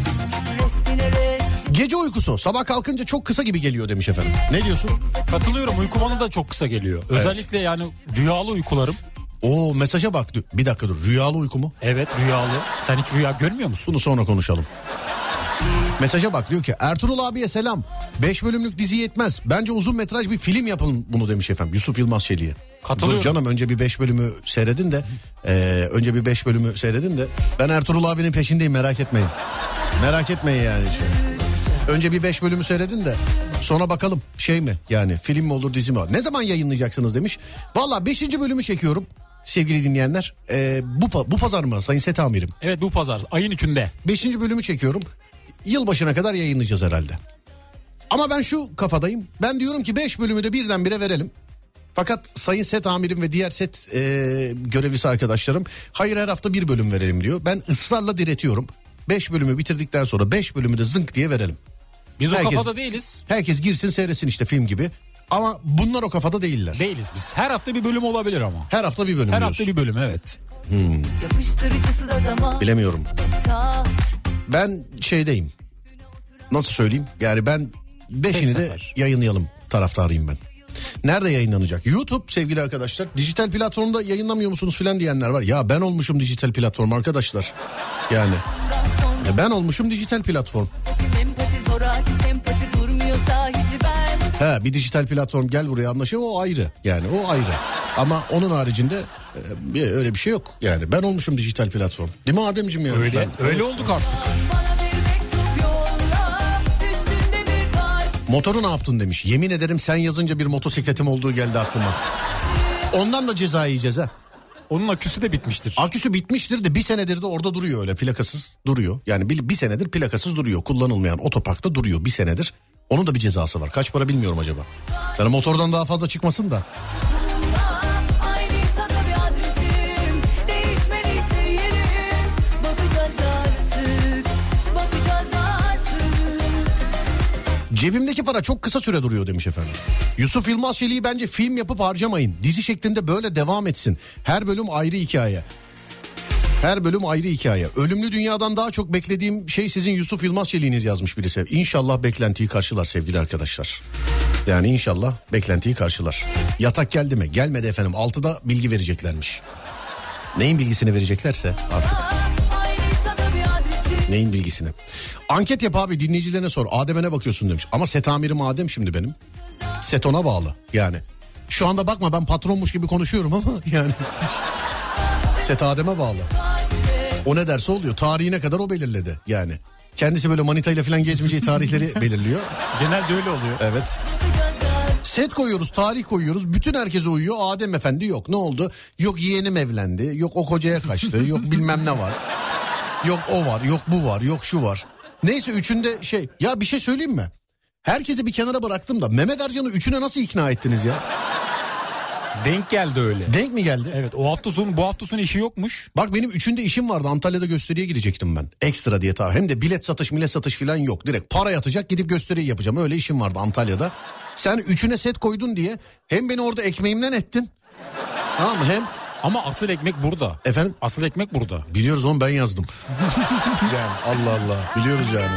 Gece uykusu sabah kalkınca çok kısa gibi geliyor demiş efendim. Ne diyorsun? Katılıyorum, uyku bana da çok kısa geliyor. Özellikle evet. Yani rüyalı uykularım. Oo, mesaja bak. Bir dakika dur. Rüyalı uyku mu? Evet, rüyalı. Sen hiç rüya görmüyor musun? Bunu sonra konuşalım. Mesaja bak, diyor ki Ertuğrul abiye selam. beş bölümlük dizi yetmez. Bence uzun metraj bir film yapın bunu demiş efendim. Yusuf Yılmaz Çelik'e. Katılıyorum. Dur canım, önce bir beş bölümü seyredin de. E, önce bir beş bölümü seyredin de. Ben Ertuğrul abinin peşindeyim, merak etmeyin. Merak etmeyin yani. Önce bir beş bölümü seyredin de. Sonra bakalım şey mi yani, film mi olur dizi mi olur. Ne zaman yayınlayacaksınız demiş. Valla beşinci bölümü çekiyorum. Sevgili dinleyenler, e, bu bu pazar mı Sayın Set Amirim? Evet, bu pazar ayın üçünde. Beşinci bölümü çekiyorum. Yılbaşına kadar yayınlayacağız herhalde. Ama ben şu kafadayım. Ben diyorum ki beş bölümü de birdenbire verelim. Fakat Sayın Set Amirim ve diğer set e, görevlisi arkadaşlarım hayır her hafta bir bölüm verelim diyor. Ben ısrarla diretiyorum. Beş bölümü bitirdikten sonra beş bölümü de zınk diye verelim. Biz herkes, o kafada değiliz. Herkes girsin seyretsin işte film gibi. Ama bunlar o kafada değiller. Değiliz biz. Her hafta bir bölüm olabilir ama. Her hafta bir bölüm Her diyorsun. hafta bir bölüm, evet. Hmm. Bilemiyorum. Ben şeydeyim. Nasıl söyleyeyim? Yani ben beşini de yayınlayalım taraftarıyım ben. Nerede yayınlanacak? YouTube sevgili arkadaşlar. Dijital platformda yayınlamıyor musunuz filan diyenler var. Ya ben olmuşum dijital platform arkadaşlar. Yani. Ya ben olmuşum dijital platform. He, bir dijital platform gel buraya anlaşıyor, o ayrı. Yani o ayrı. Ama onun haricinde e, öyle bir şey yok. Yani ben olmuşum dijital platform. Değil mi Ademciğim ya? Öyle, ben, öyle olduk artık. Motoru ne yaptın demiş. Yemin ederim sen yazınca bir motosikletim olduğu geldi aklıma. Ondan da ceza yiyeceğiz ha. Onun aküsü de bitmiştir. Aküsü bitmiştir de bir senedir de orada duruyor, öyle plakasız duruyor. Yani bir, bir senedir plakasız duruyor. Kullanılmayan otoparkta duruyor bir senedir. Onun da bir cezası var. Kaç para bilmiyorum acaba. Yani motordan daha fazla çıkmasın da. Cebimdeki para çok kısa süre duruyor demiş efendim. Yusuf Yılmaz Çelik'i bence film yapıp harcamayın. Dizi şeklinde böyle devam etsin. Her bölüm ayrı hikaye. Her bölüm ayrı hikaye. Ölümlü Dünya'dan daha çok beklediğim şey sizin Yusuf Yılmaz Çelik'iniz yazmış birisi. İnşallah beklentiyi karşılar sevgili arkadaşlar. Yani inşallah beklentiyi karşılar. Yatak geldi mi? Gelmedi efendim. altıda bilgi vereceklermiş. Neyin bilgisini vereceklerse artık. Neyin bilgisini? Anket yap abi, dinleyicilerine sor. Adem'e ne bakıyorsun demiş. Ama set amirim Adem şimdi benim. Set ona bağlı yani. Şu anda bakma ben patronmuş gibi konuşuyorum ama yani. Set Adem'e bağlı. O ne derse oluyor. Tarihine kadar o belirledi yani. Kendisi böyle manitayla falan gezmeyeceği tarihleri belirliyor. Genelde öyle oluyor. Evet. Set koyuyoruz, tarih koyuyoruz. Bütün herkese uyuyor. Adem Efendi yok. Ne oldu? Yok yeğenim evlendi. Yok o kocaya kaçtı. Yok bilmem ne var. Yok o var. Yok bu var. Yok şu var. Neyse üçünde şey. Ya bir şey söyleyeyim mi? Herkesi bir kenara bıraktım da Mehmet Ercan'ı üçüne nasıl ikna ettiniz ya? Denk geldi öyle. Denk mi geldi? Evet, o hafta sonu bu hafta sonu işi yokmuş. Bak benim üçünde işim vardı, Antalya'da gösteriye gidecektim ben. Ekstra diye tabii. Hem de bilet satış bilet satış falan yok. Direkt para yatacak, gidip gösteriyi yapacağım. Öyle işim vardı Antalya'da. Sen üçüne set koydun diye hem beni orada ekmeğimden ettin. Tamam mı? Hem... Ama asıl ekmek burada. Efendim? Asıl ekmek burada. Biliyoruz onu, ben yazdım. Yani Allah Allah, biliyoruz yani.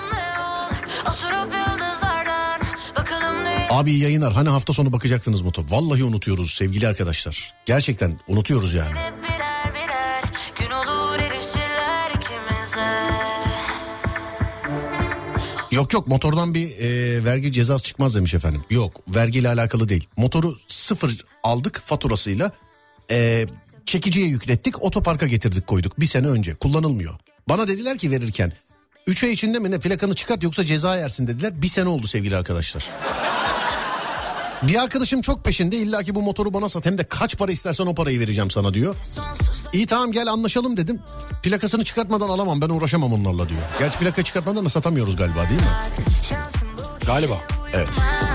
Abi iyi yayınlar. Hani hafta sonu bakacaktınız moto. Vallahi unutuyoruz sevgili arkadaşlar. Gerçekten unutuyoruz yani. Birer birer gün olur erişirler ikimize. Yok yok motordan bir e, vergi cezası çıkmaz demiş efendim. Yok vergiyle alakalı değil. Motoru sıfır aldık faturasıyla. E, çekiciye yüklettik, otoparka getirdik, koyduk bir sene önce, kullanılmıyor. Bana dediler ki verirken üç ay içinde mi ne plakanı çıkart yoksa ceza yersin dediler. Bir sene oldu sevgili arkadaşlar. Bir arkadaşım çok peşinde, illa ki bu motoru bana sat, hem de kaç para istersen o parayı vereceğim sana diyor. İyi tamam gel anlaşalım dedim. Plakasını çıkartmadan alamam, ben uğraşamam onlarla diyor. Gerçi plaka çıkartmadan da satamıyoruz galiba, değil mi? Galiba. Evet.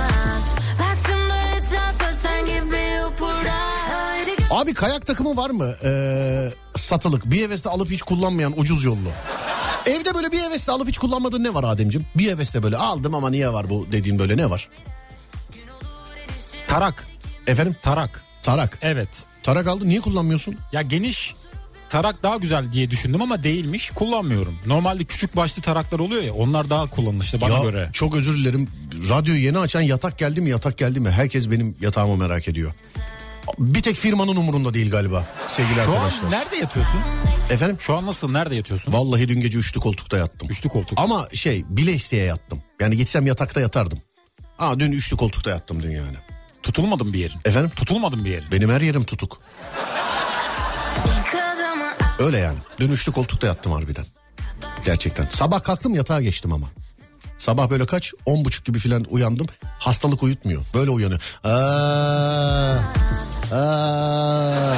Abi kayak takımı var mı ee, satılık? Bir hevesle alıp hiç kullanmayan, ucuz yollu. Evde böyle bir hevesle alıp hiç kullanmadığın ne var Ademciğim? Bir hevesle böyle aldım ama niye var bu dediğin böyle ne var? Tarak. Efendim? Tarak. Tarak. Evet. Tarak aldın, niye kullanmıyorsun? Ya geniş tarak daha güzel diye düşündüm ama değilmiş, kullanmıyorum. Normalde küçük başlı taraklar oluyor ya, onlar daha kullanışlı bana ya, göre. Çok özür dilerim, radyoyu yeni açan yatak geldi mi yatak geldi mi? Herkes benim yatağımı merak ediyor. Bir tek firmanın umurunda değil galiba sevgili Şu arkadaşlar. Şu an nerede yatıyorsun? Efendim? Şu an nasıl, nerede yatıyorsun? Vallahi dün gece üçlü koltukta yattım. Üçlü koltuk. Ama şey bile isteye yattım. Yani gitsem yatakta yatardım. Aa dün üçlü koltukta yattım dün yani. Tutulmadın bir yerin. Efendim? Tutulmadın bir yerin. Benim her yerim tutuk. Öyle yani. Dün üçlü koltukta yattım harbiden. Gerçekten. Sabah kalktım yatağa geçtim ama. Sabah böyle kaç? On buçuk gibi filan uyandım. Hastalık uyutmuyor. Böyle uyanıyor. Aa, aa.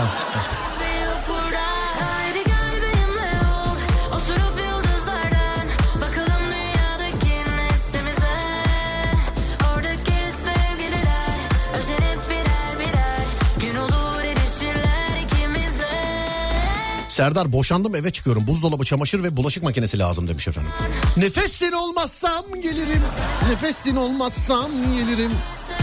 Serdar boşandım eve çıkıyorum. Buzdolabı, çamaşır ve bulaşık makinesi lazım demiş efendim. Nefesin olmazsam gelirim. Nefesin olmazsam gelirim.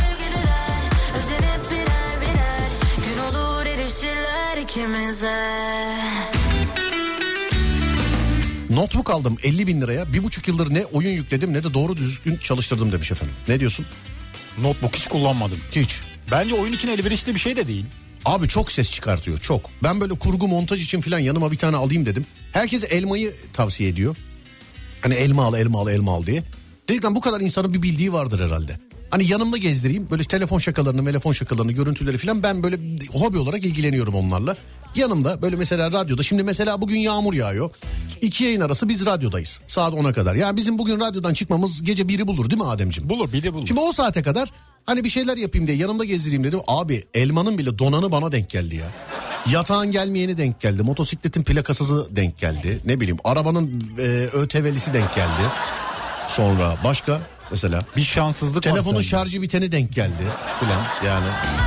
Notebook aldım elli bin liraya. Bir buçuk yıldır ne oyun yükledim ne de doğru düzgün çalıştırdım demiş efendim. Ne diyorsun? Notebook hiç kullanmadım. Hiç. Bence oyun için elverişli bir şey de değil. Abi çok ses çıkartıyor, çok. Ben böyle kurgu montaj için falan yanıma bir tane alayım dedim. Herkes elmayı tavsiye ediyor. Hani elma al, elma al, elma al diye. Dedikten bu kadar insanın bir bildiği vardır herhalde. Hani yanımda gezdireyim, böyle telefon şakalarını, telefon şakalarını, görüntüleri falan, ben böyle hobi olarak ilgileniyorum onlarla. Yanımda böyle mesela radyoda, şimdi mesela bugün yağmur yağıyor. İki yayın arası biz radyodayız saat ona kadar. Yani bizim bugün radyodan çıkmamız gece biri bulur değil mi Ademciğim? Bulur, biri bulur. Şimdi o saate kadar hani bir şeyler yapayım diye yanımda gezdireyim dedim. Abi elmanın bile donanı bana denk geldi ya. Yatağın gelmeyeni denk geldi. Motosikletin plakasızı denk geldi. Ne bileyim arabanın e, ÖTV'lisi denk geldi. Sonra başka mesela. Bir şanssızlık var. Telefonun şarjı biteni denk geldi filan yani.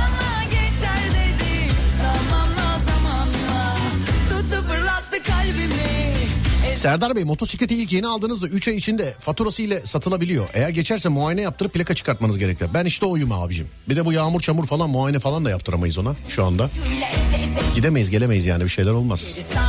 Serdar Bey, motosikleti ilk yeni aldığınızda üç ay içinde faturası ile satılabiliyor. Eğer geçerse muayene yaptırıp plaka çıkartmanız gerekli. Ben işte oyum abicim. Bir de bu yağmur çamur falan muayene falan da yaptıramayız ona şu anda. Gidemeyiz gelemeyiz yani, bir şeyler olmaz.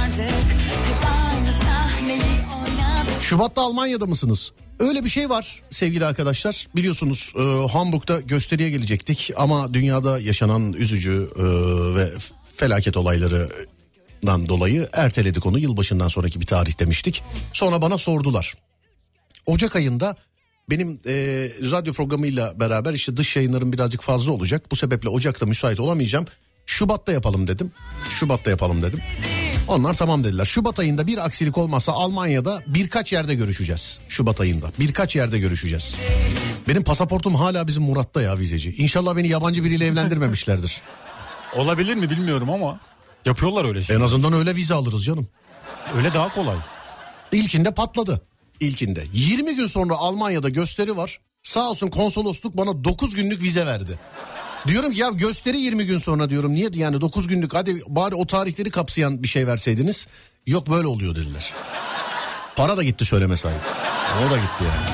Şubat'ta Almanya'da mısınız? Öyle bir şey var sevgili arkadaşlar. Biliyorsunuz e, Hamburg'da gösteriye gelecektik ama dünyada yaşanan üzücü e, ve felaket olaylarından dolayı erteledik onu. Yılbaşından sonraki bir tarih demiştik. Sonra bana sordular. Ocak ayında benim e, radyo programıyla beraber işte dış yayınlarım birazcık fazla olacak. Bu sebeple Ocak'ta müsait olamayacağım. Şubat'ta yapalım dedim. Şubat'ta yapalım dedim. Onlar tamam dediler. Şubat ayında bir aksilik olmazsa Almanya'da birkaç yerde görüşeceğiz. Şubat ayında birkaç yerde görüşeceğiz. Benim pasaportum hala bizim Murat'ta ya, vizeci. İnşallah beni yabancı biriyle evlendirmemişlerdir. Olabilir mi bilmiyorum ama yapıyorlar öyle şey. En azından öyle vize alırız canım. Öyle daha kolay. İlkinde patladı. İlkinde. yirmi gün sonra Almanya'da gösteri var. Sağ olsun konsolosluk bana dokuz günlük vize verdi. Diyorum ki ya gösteri yirmi gün sonra diyorum. Niye yani dokuz günlük, hadi bari o tarihleri kapsayan bir şey verseydiniz. Yok böyle oluyor dediler. Para da gitti söyleme sahip. O da gitti yani.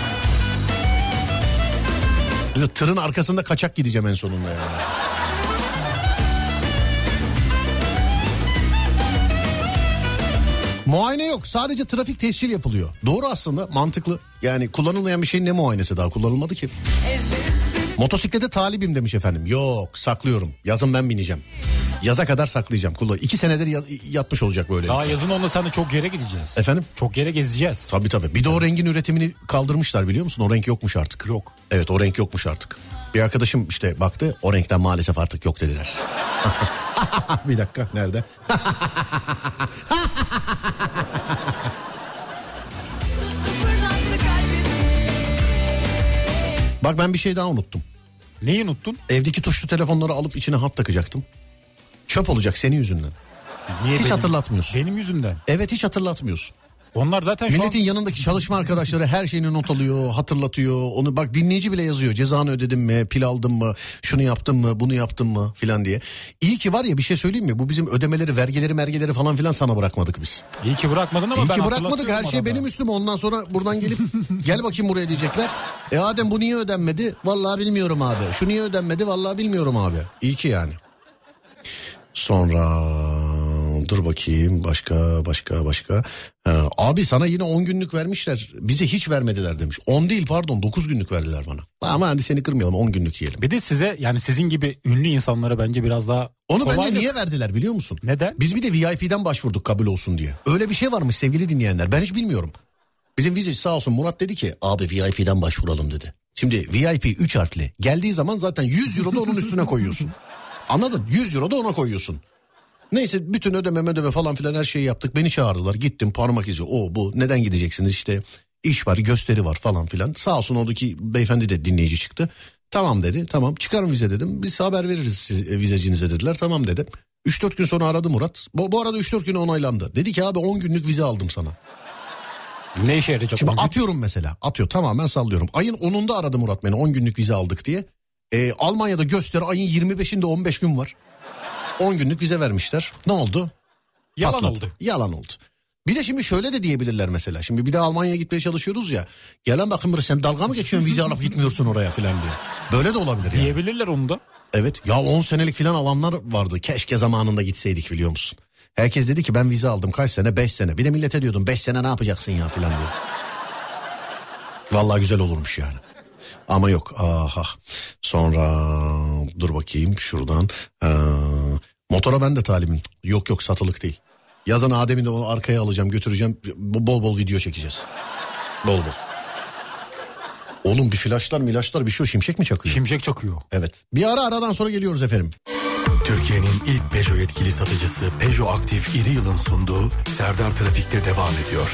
Diyor, tırın arkasında kaçak gideceğim en sonunda yani. Muayene yok, sadece trafik tescil yapılıyor. Doğru aslında, mantıklı. Yani kullanılmayan bir şeyin ne muayenesi, daha kullanılmadı ki. Motosiklete talibim demiş efendim. Yok, saklıyorum. Yazın ben bineceğim. Yaza kadar saklayacağım. Kullan. İki senedir ya- yatmış olacak böyle. Daha yazın onunla sen de çok yere gideceğiz. Efendim? Çok yere gezeceğiz. Tabii tabii. Bir de o rengin üretimini kaldırmışlar biliyor musun? O renk yokmuş artık. Yok. Evet, o renk yokmuş artık. Bir arkadaşım işte baktı, o renkten maalesef artık yok dediler. Bir dakika, nerede? Bak ben bir şey daha unuttum. Neyi unuttun? Evdeki tuşlu telefonları alıp içine hat takacaktım. Çöp olacak senin yüzünden. Niye Hiç benim, hatırlatmıyorsun. Benim yüzümden. Evet, hiç hatırlatmıyorsun. Onlar zaten şu Milletin an... yanındaki çalışma arkadaşları her şeyini not alıyor, hatırlatıyor. Onu bak, dinleyici bile yazıyor. Cezanı ödedim mi, pil aldın mı, şunu yaptın mı, bunu yaptın mı filan diye. İyi ki var ya, bir şey söyleyeyim mi? Bu bizim ödemeleri, vergileri, mergileri falan filan sana bırakmadık biz. İyi ki bırakmadın ama İyi ben ki bırakmadık, her hatırlatıyorum şey arada. benim üstüme. Ondan sonra buradan gelip gel bakayım buraya diyecekler. E Adem bu niye ödenmedi? Vallahi bilmiyorum abi. Şu niye ödenmedi? Vallahi bilmiyorum abi. İyi ki yani. Sonra dur bakayım, başka başka başka. Ha, abi sana yine on günlük vermişler. Bize hiç vermediler demiş. on değil pardon, dokuz günlük verdiler bana. Ama hadi seni kırmayalım, on günlük diyelim. Bir de size, yani sizin gibi ünlü insanlara bence biraz daha... Onu kolaylık- bence niye verdiler biliyor musun? Neden? Biz bir de V I P'den başvurduk kabul olsun diye. Öyle bir şey varmış sevgili dinleyenler, ben hiç bilmiyorum. Bizim vizeci sağ olsun Murat dedi ki abi V I P'den başvuralım dedi. Şimdi V I P üç harfli geldiği zaman zaten yüz euro da onun üstüne koyuyorsun. Anladın? yüz euro da ona koyuyorsun. Neyse, bütün ödeme ödeme falan filan her şeyi yaptık. Beni çağırdılar, gittim, parmak izi o bu, neden gideceksiniz işte, iş var, gösteri var falan filan. Sağ olsun oradaki beyefendi de dinleyici çıktı. Tamam dedi, tamam çıkarın vize dedim. Biz haber veririz siz, e, vizecinize dediler. Tamam dedim. üç dört gün sonra aradı Murat. Bu, bu arada üç dört gün onaylandı. Dedi ki abi on günlük vize aldım sana. Ne işe yarayacak? Şimdi on gün? atıyorum mesela, atıyor, tamamen sallıyorum. Ayın onunda aradı Murat beni, on günlük vize aldık diye. Ee, Almanya'da gösteri ayın yirmi beşinde, on beş gün var. on günlük vize vermişler. Ne oldu? Yalan Patladı. oldu. Yalan oldu. Bir de şimdi şöyle de diyebilirler mesela. Şimdi bir de Almanya'ya gitmeye çalışıyoruz ya. Gelen bakın buraya, sen dalga mı geçiyorsun, vize alıp gitmiyorsun oraya filan diye. Böyle de olabilir yani. Diyebilirler onu da. Evet ya, on senelik filan alanlar vardı. Keşke zamanında gitseydik biliyor musun? Herkes dedi ki ben vize aldım kaç sene, beş sene. Bir de millete diyordum beş sene ne yapacaksın ya filan diye. Vallahi güzel olurmuş yani. Ama yok, aha. Sonra dur bakayım şuradan. Ee, motora ben de talibim. Yok yok, satılık değil. Yazan Adem'i de onu arkaya alacağım, götüreceğim. Bol bol video çekeceğiz. Bol bol. Oğlum bir flaşlar milaşlar bir şey, şimşek mi çakıyor? Şimşek çakıyor. Evet. Bir ara aradan sonra geliyoruz efendim. Türkiye'nin ilk Peugeot yetkili satıcısı Peugeot Aktif İri Yıl'ın sunduğu Serdar Trafik'te devam ediyor.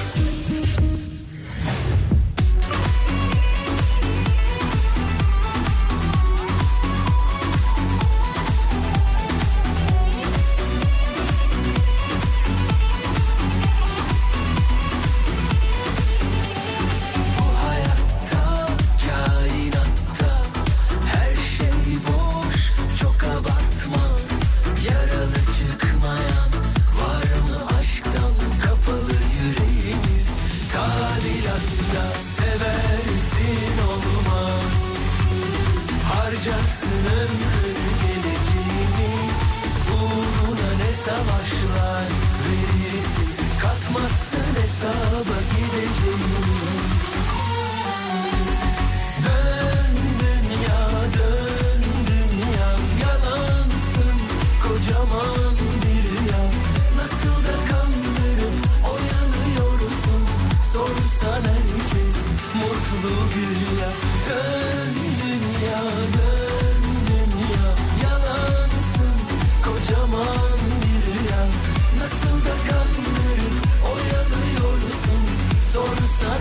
Sorsan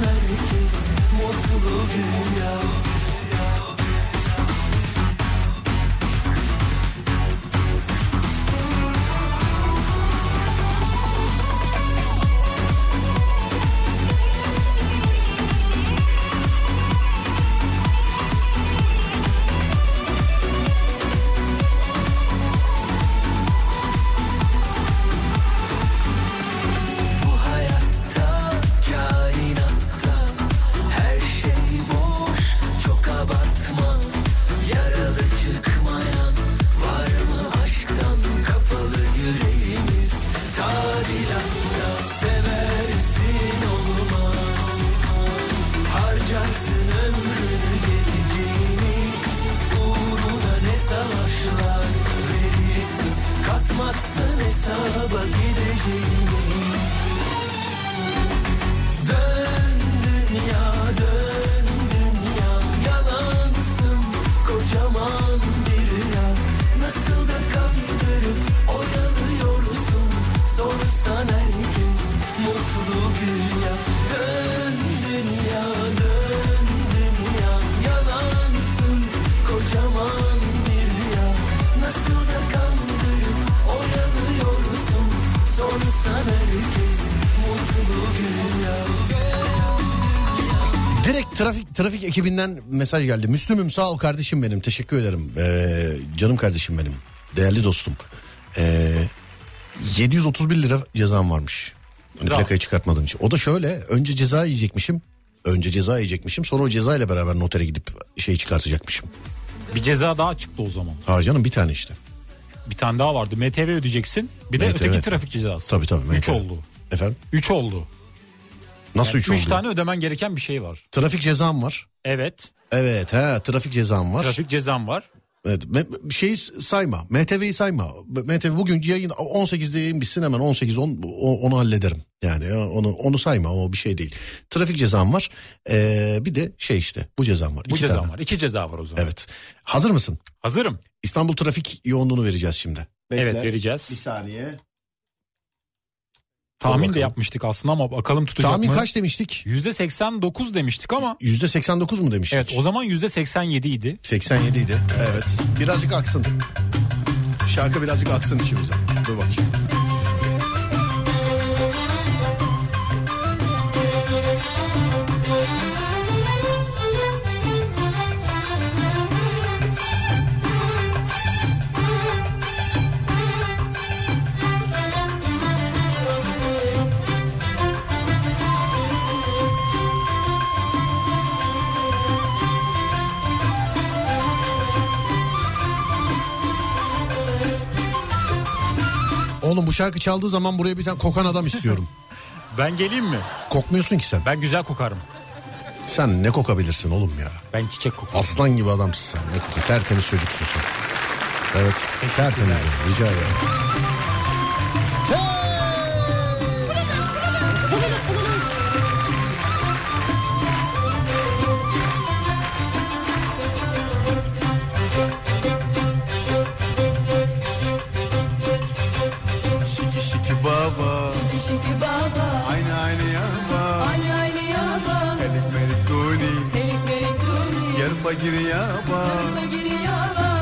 katmazsan hesaba gideceğim. Dön dünya, dön dünya, yalansın kocaman bir rüya. Nasıl da kandırıp oyalıyorsun, sorsan herkes mutlu güya. Dön dünya, dön dünya, yalansın kocaman bir rüya. Nasıl da kandırıp oyalıyorsun, sorsan herkes mutlu güya. Direkt trafik trafik ekibinden mesaj geldi. Müslüm'üm sağ ol kardeşim benim. Teşekkür ederim. Ee, canım kardeşim benim. Değerli dostum. Ee, yedi yüz otuz bir lira cezam varmış. Hani plakayı çıkartmadığım için. O da şöyle. Önce ceza yiyecekmişim. Önce ceza yiyecekmişim. Sonra o ceza ile beraber notere gidip şey çıkartacakmışım. Bir ceza daha çıktı o zaman. Ha canım bir tane işte. Bir tane daha vardı. M T V ödeyeceksin. Bir de M T V, öteki evet. trafik cezası. Tabii tabii. Üç oldu. Efendim? Üç oldu. Nasıl Yani üç oldu? Üç tane ödemen gereken bir şey var. Trafik cezam var. Evet. Evet he trafik cezam var. Trafik cezam var. Evet, me- şeyi sayma. M T V'yi sayma. M T V bugün yayın on sekizde yayın bitsin hemen on sekiz on onu hallederim. Yani onu onu sayma, o bir şey değil. Trafik cezam var. Ee, bir de şey işte bu cezam var. Bu İki cezam tane. var. İki ceza var o zaman. Evet. Hazır mısın? Hazırım. İstanbul trafik yoğunluğunu vereceğiz şimdi. Bekle. Evet vereceğiz. Bir saniye. Tahmin de yapmıştık aslında ama bakalım tutacak Tahmin mı? kaç demiştik? yüzde seksen dokuz demiştik ama. yüzde seksen dokuz mu demiştik? Evet o zaman yüzde seksen yedi idi. seksen yedi idi. Evet. Birazcık aksın. Şarkı birazcık aksın içimize. Dur bakayım. Oğlum bu şarkı çaldığı zaman buraya bir tane kokan adam istiyorum. Ben geleyim mi? Kokmuyorsun ki sen. Ben güzel kokarım. Sen ne kokabilirsin oğlum ya? Ben çiçek kokarım. Aslan gibi adamsın sen. Ne kokar? Tertemiz çocuksun sen. Evet. Tertemiz. Rica ederim. Şiki şiki baba, Şiki baba, aynı aynı yaba. aynı aynı yaba, Melik melik duni, melik melik duni, yer fakir yaba. fakir yaba.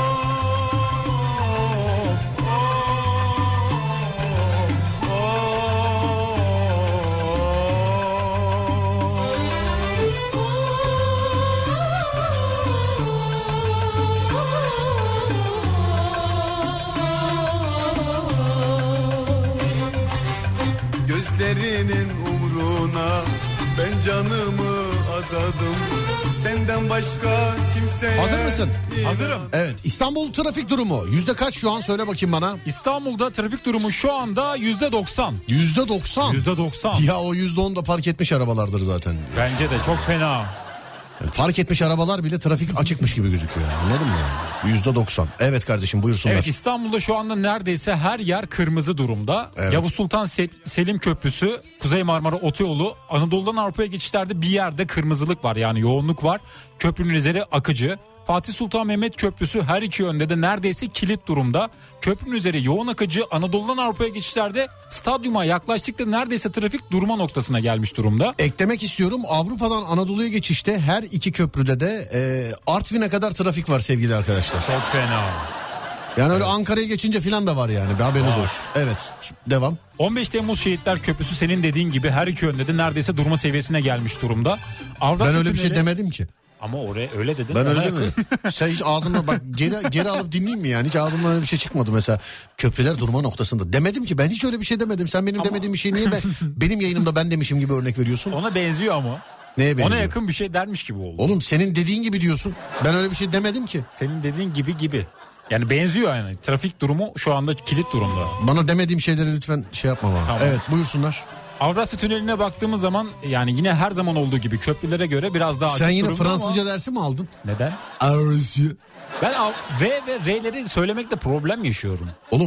Gözlerinin umruna ben canımı adadım. Senden başka kimseye. Hazır mısın? Hazırım. Evet. İstanbul trafik durumu. Yüzde kaç şu an? Söyle bakayım bana. İstanbul'da trafik durumu şu anda yüzde doksan. Yüzde doksan. Yüzde doksan. Ya o yüzde on da park etmiş arabalardır zaten. Bence de çok fena. Yani park etmiş arabalar bile trafik açıkmış gibi gözüküyor. Anladın mı? Yüzde doksan. Evet kardeşim buyursunlar. Evet İstanbul'da şu anda neredeyse her yer kırmızı durumda. Evet. Yavuz Sultan Se- Selim Köprüsü, Kuzey Marmara Otoyolu, Anadolu'dan Avrupa'ya geçişlerde bir yerde kırmızılık var. Yani yoğunluk var. Köprünün üzeri akıcı. Fatih Sultan Mehmet Köprüsü her iki yönde de neredeyse kilit durumda. Köprünün üzeri yoğun akıcı. Anadolu'dan Avrupa'ya geçişlerde stadyuma yaklaştıkça neredeyse trafik durma noktasına gelmiş durumda. Eklemek istiyorum, Avrupa'dan Anadolu'ya geçişte her iki köprüde de e, Artvin'e kadar trafik var sevgili arkadaşlar. Çok fena. Yani öyle Ankara'ya geçince filan da var yani, bir haberiniz Var. olsun. Evet, devam. on beş Temmuz Şehitler Köprüsü senin dediğin gibi her iki yönde de neredeyse durma seviyesine gelmiş durumda. Avrasya Ben öyle bir şey Tüneli- demedim ki. Ama oraya öyle dedin. Ben Ona öyle yakın. demedim. Sen hiç ağzımdan bak geri, geri alıp dinleyeyim mi yani? Hiç ağzımdan öyle bir şey çıkmadı mesela. Köprüler durma noktasında. Demedim ki, ben hiç öyle bir şey demedim. Sen benim Ama- demediğim bir şey niye ben, benim yayınımda ben demişim gibi örnek veriyorsun? Ona benziyor ama. Neye benziyor? Ona yakın bir şey dermiş gibi oldu. Oğlum senin dediğin gibi diyorsun. Ben öyle bir şey demedim ki. Senin dediğin gibi gibi. Yani benziyor yani. Trafik durumu şu anda kilit durumda. Bana demediğim şeyleri lütfen şey yapma bana. Tamam. Evet buyursunlar. Avrasya Tüneli'ne baktığımız zaman yani yine her zaman olduğu gibi köprülere göre biraz daha açık Sen yine durumda Fransızca ama... dersi mi aldın? Neden? Avrasya. Ben av- V ve R'leri söylemekte problem yaşıyorum. Oğlum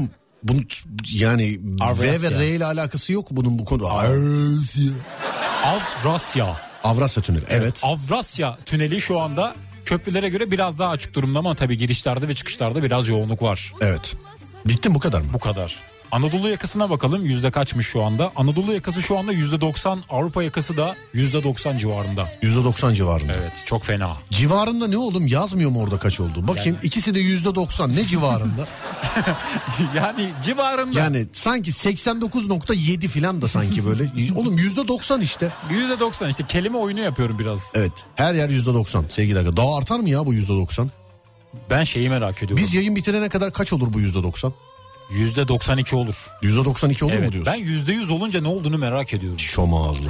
Bunun yani Avrasya. V ve R ile alakası yok bunun bu konuda. Avrasya. Avrasya. Avrasya tüneli evet. Avrasya tüneli şu anda köprülere göre biraz daha açık durumda ama tabii girişlerde ve çıkışlarda biraz yoğunluk var. Evet. Bitti mi bu kadar mı? Bu kadar. Anadolu yakasına bakalım yüzde kaçmış şu anda. Anadolu yakası şu anda yüzde doksan, Avrupa yakası da yüzde doksan civarında. yüzde doksan civarında. Evet, çok fena. Civarında ne oğlum, yazmıyor mu orada kaç oldu? Bakayım Yani... ikisi de yüzde doksan, ne civarında? Yani civarında. Yani sanki seksen dokuz nokta yedi falan da sanki böyle. Oğlum yüzde doksan işte. yüzde doksan işte, kelime oyunu yapıyorum biraz. Evet, her yer yüzde doksan sevgili arkadaşlar. Daha artar mı ya bu yüzde doksan? Ben şeyi merak ediyorum. Biz yayın bitirene kadar kaç olur bu yüzde doksan? yüzde doksan iki olur. yüzde doksan iki olur evet, mu diyorsun? Ben yüzde yüz olunca ne olduğunu merak ediyorum. Şom ağızlı.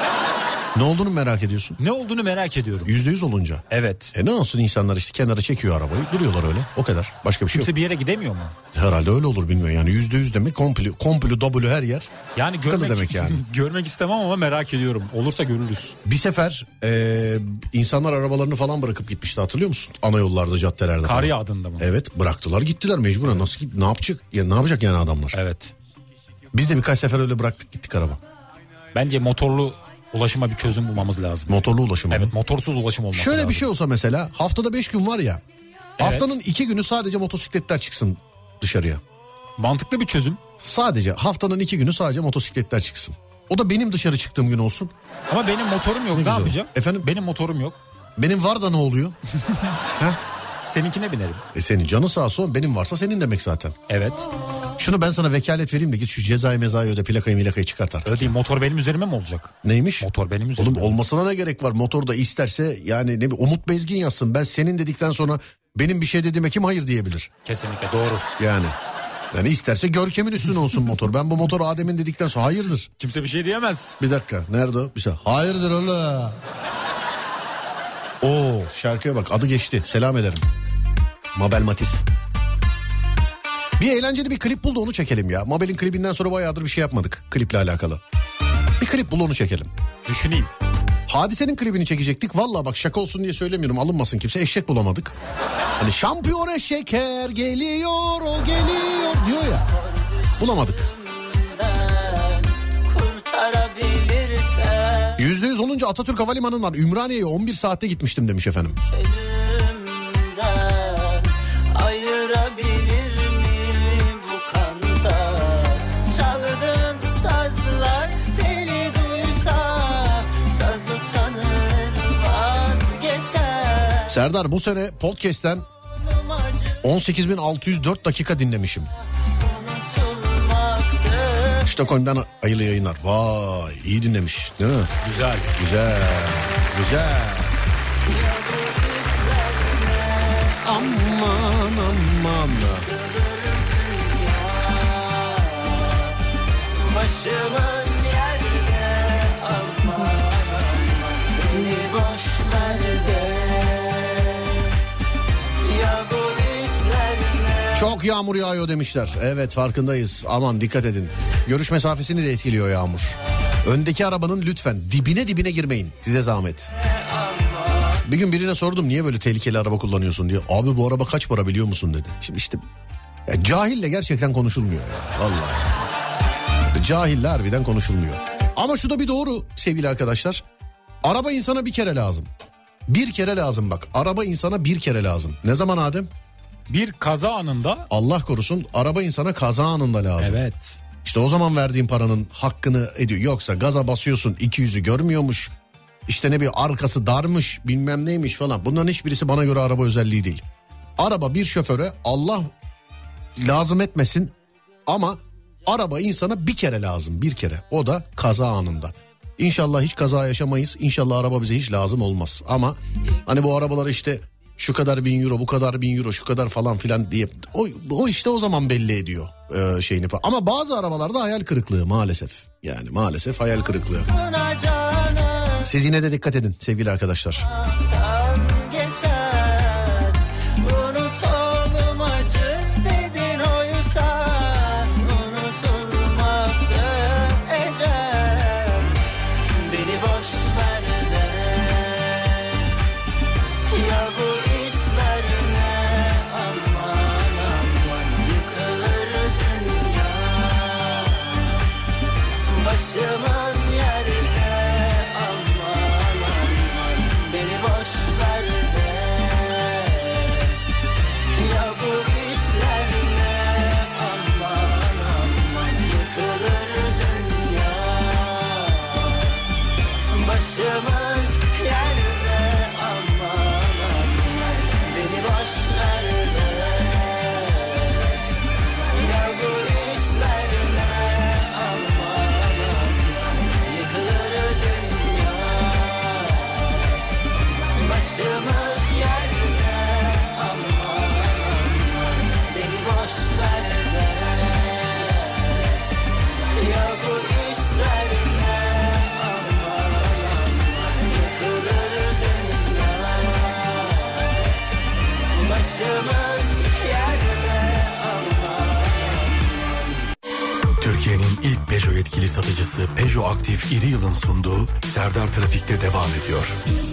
Ne olduğunu merak ediyorsun? Ne olduğunu merak ediyorum. yüzde yüz olunca. Evet. E ne olsun, insanlar işte kenara çekiyor arabayı, duruyorlar öyle, o kadar. Başka bir şey Kimse yok. bir yere gidemiyor mu? Herhalde öyle olur, bilmiyorum yani. yüzde yüz demek komple, komple W her yer. Yani Tıkalı görmek, demek yani. görmek istemem ama merak ediyorum. Olursa görürüz. Bir sefer e, insanlar arabalarını falan bırakıp gitmişti, hatırlıyor musun? Ana yollarda, caddelerde Kar falan. yağdığında mı? Evet, bıraktılar gittiler mecburen. Nasıl git, ne yapacak? Ya ne yapacak yani adamlar? Evet. Biz de birkaç sefer öyle bıraktık gittik araba. Bence motorlu ulaşıma bir çözüm bulmamız lazım. Motorlu ulaşım. Evet, motorsuz ulaşım olması Şöyle lazım. bir şey olsa mesela, haftada beş gün var ya. Evet. Haftanın iki günü sadece motosikletler çıksın dışarıya. Mantıklı bir çözüm. Sadece haftanın iki günü sadece motosikletler çıksın. O da benim dışarı çıktığım gün olsun. Ama benim motorum yok. Ne Ne, güzel. yapacağım? Efendim? Benim motorum yok. Benim var da ne oluyor? Seninkine binerim. E senin canı sağ olsun, benim varsa senin demek zaten. Evet. Şunu ben sana vekalet vereyim de git şu cezayı mezayı öde, plakayı milakayı çıkart artık. Öyle değil, motor benim üzerime mi olacak? Neymiş? Motor benim üzerime. Oğlum olmasına ne gerek var? Motor da isterse yani, ne bileyim, Umut Bezgin yazsın. Ben senin dedikten sonra benim bir şey dediğime kim hayır diyebilir? Kesinlikle doğru. Yani. Yani isterse Görkem'in üstüne olsun motor. Ben bu motor Adem'in dedikten sonra hayırdır. Kimse bir şey diyemez. Bir dakika, nerede o? Bir şey. Hayırdır oğlum. Oo, şarkıya bak, adı geçti. Selam ederim. Mabel Matiz. Bir eğlenceli bir klip bul da onu çekelim ya. Mabel'in klibinden sonra bayağıdır bir şey yapmadık kliple alakalı. Bir klip bul, onu çekelim. Düşüneyim. Hadise'nin klibini çekecektik. Vallahi bak, şaka olsun diye söylemiyorum, alınmasın kimse. Eşek bulamadık. Hani şampiyon eşeker geliyor, o geliyor diyor ya. Bulamadık. Yüzde yüz olunca Atatürk Havalimanı'ndan Ümraniye'ye on bir saatte gitmiştim demiş efendim. Serdar, bu sene podcast'ten on sekiz bin altı yüz dört dakika dinlemişim. Stockholm'dan hayırlı yayınlar. Vay, iyi dinlemiş değil mi? Güzel. Güzel. Güzel. Aman aman. Başımız yerde, aman aman, beni boş ver de. Ya bu işler ne? Çok yağmur yağıyor demişler. Evet, farkındayız. Aman dikkat edin. Görüş mesafesini de etkiliyor yağmur. Öndeki arabanın lütfen dibine dibine girmeyin. Size zahmet. Bir gün birine sordum, niye böyle tehlikeli araba kullanıyorsun diye. Abi bu araba kaç para biliyor musun dedi. Şimdi işte ya, cahille gerçekten konuşulmuyor ya. Vallahi. Cahille harbiden konuşulmuyor. Ama şu da bir doğru sevgili arkadaşlar. Araba insana bir kere lazım. Bir kere lazım bak. Araba insana bir kere lazım. Ne zaman Adem? Bir kaza anında. Allah korusun, araba insana kaza anında lazım. Evet. İşte o zaman verdiğin paranın hakkını ediyor. Yoksa gaza basıyorsun, iki yüzü görmüyormuş. İşte ne bir arkası darmış, bilmem neymiş falan. Bunların hiçbirisi bana göre araba özelliği değil. Araba bir şoföre Allah lazım etmesin ama araba insana bir kere lazım, bir kere. O da kaza anında. İnşallah hiç kaza yaşamayız. İnşallah araba bize hiç lazım olmaz. Ama hani bu arabalar işte şu kadar bin euro, bu kadar bin euro, şu kadar falan filan diye. O, o işte o zaman belli ediyor e, şeyini falan. Ama bazı arabalarda hayal kırıklığı maalesef. Yani maalesef hayal kırıklığı. Siz yine de dikkat edin sevgili arkadaşlar. ilk Peugeot yetkili satıcısı Peugeot Aktif İri Yıl'ın sunduğu Serdar Trafik'te devam ediyor.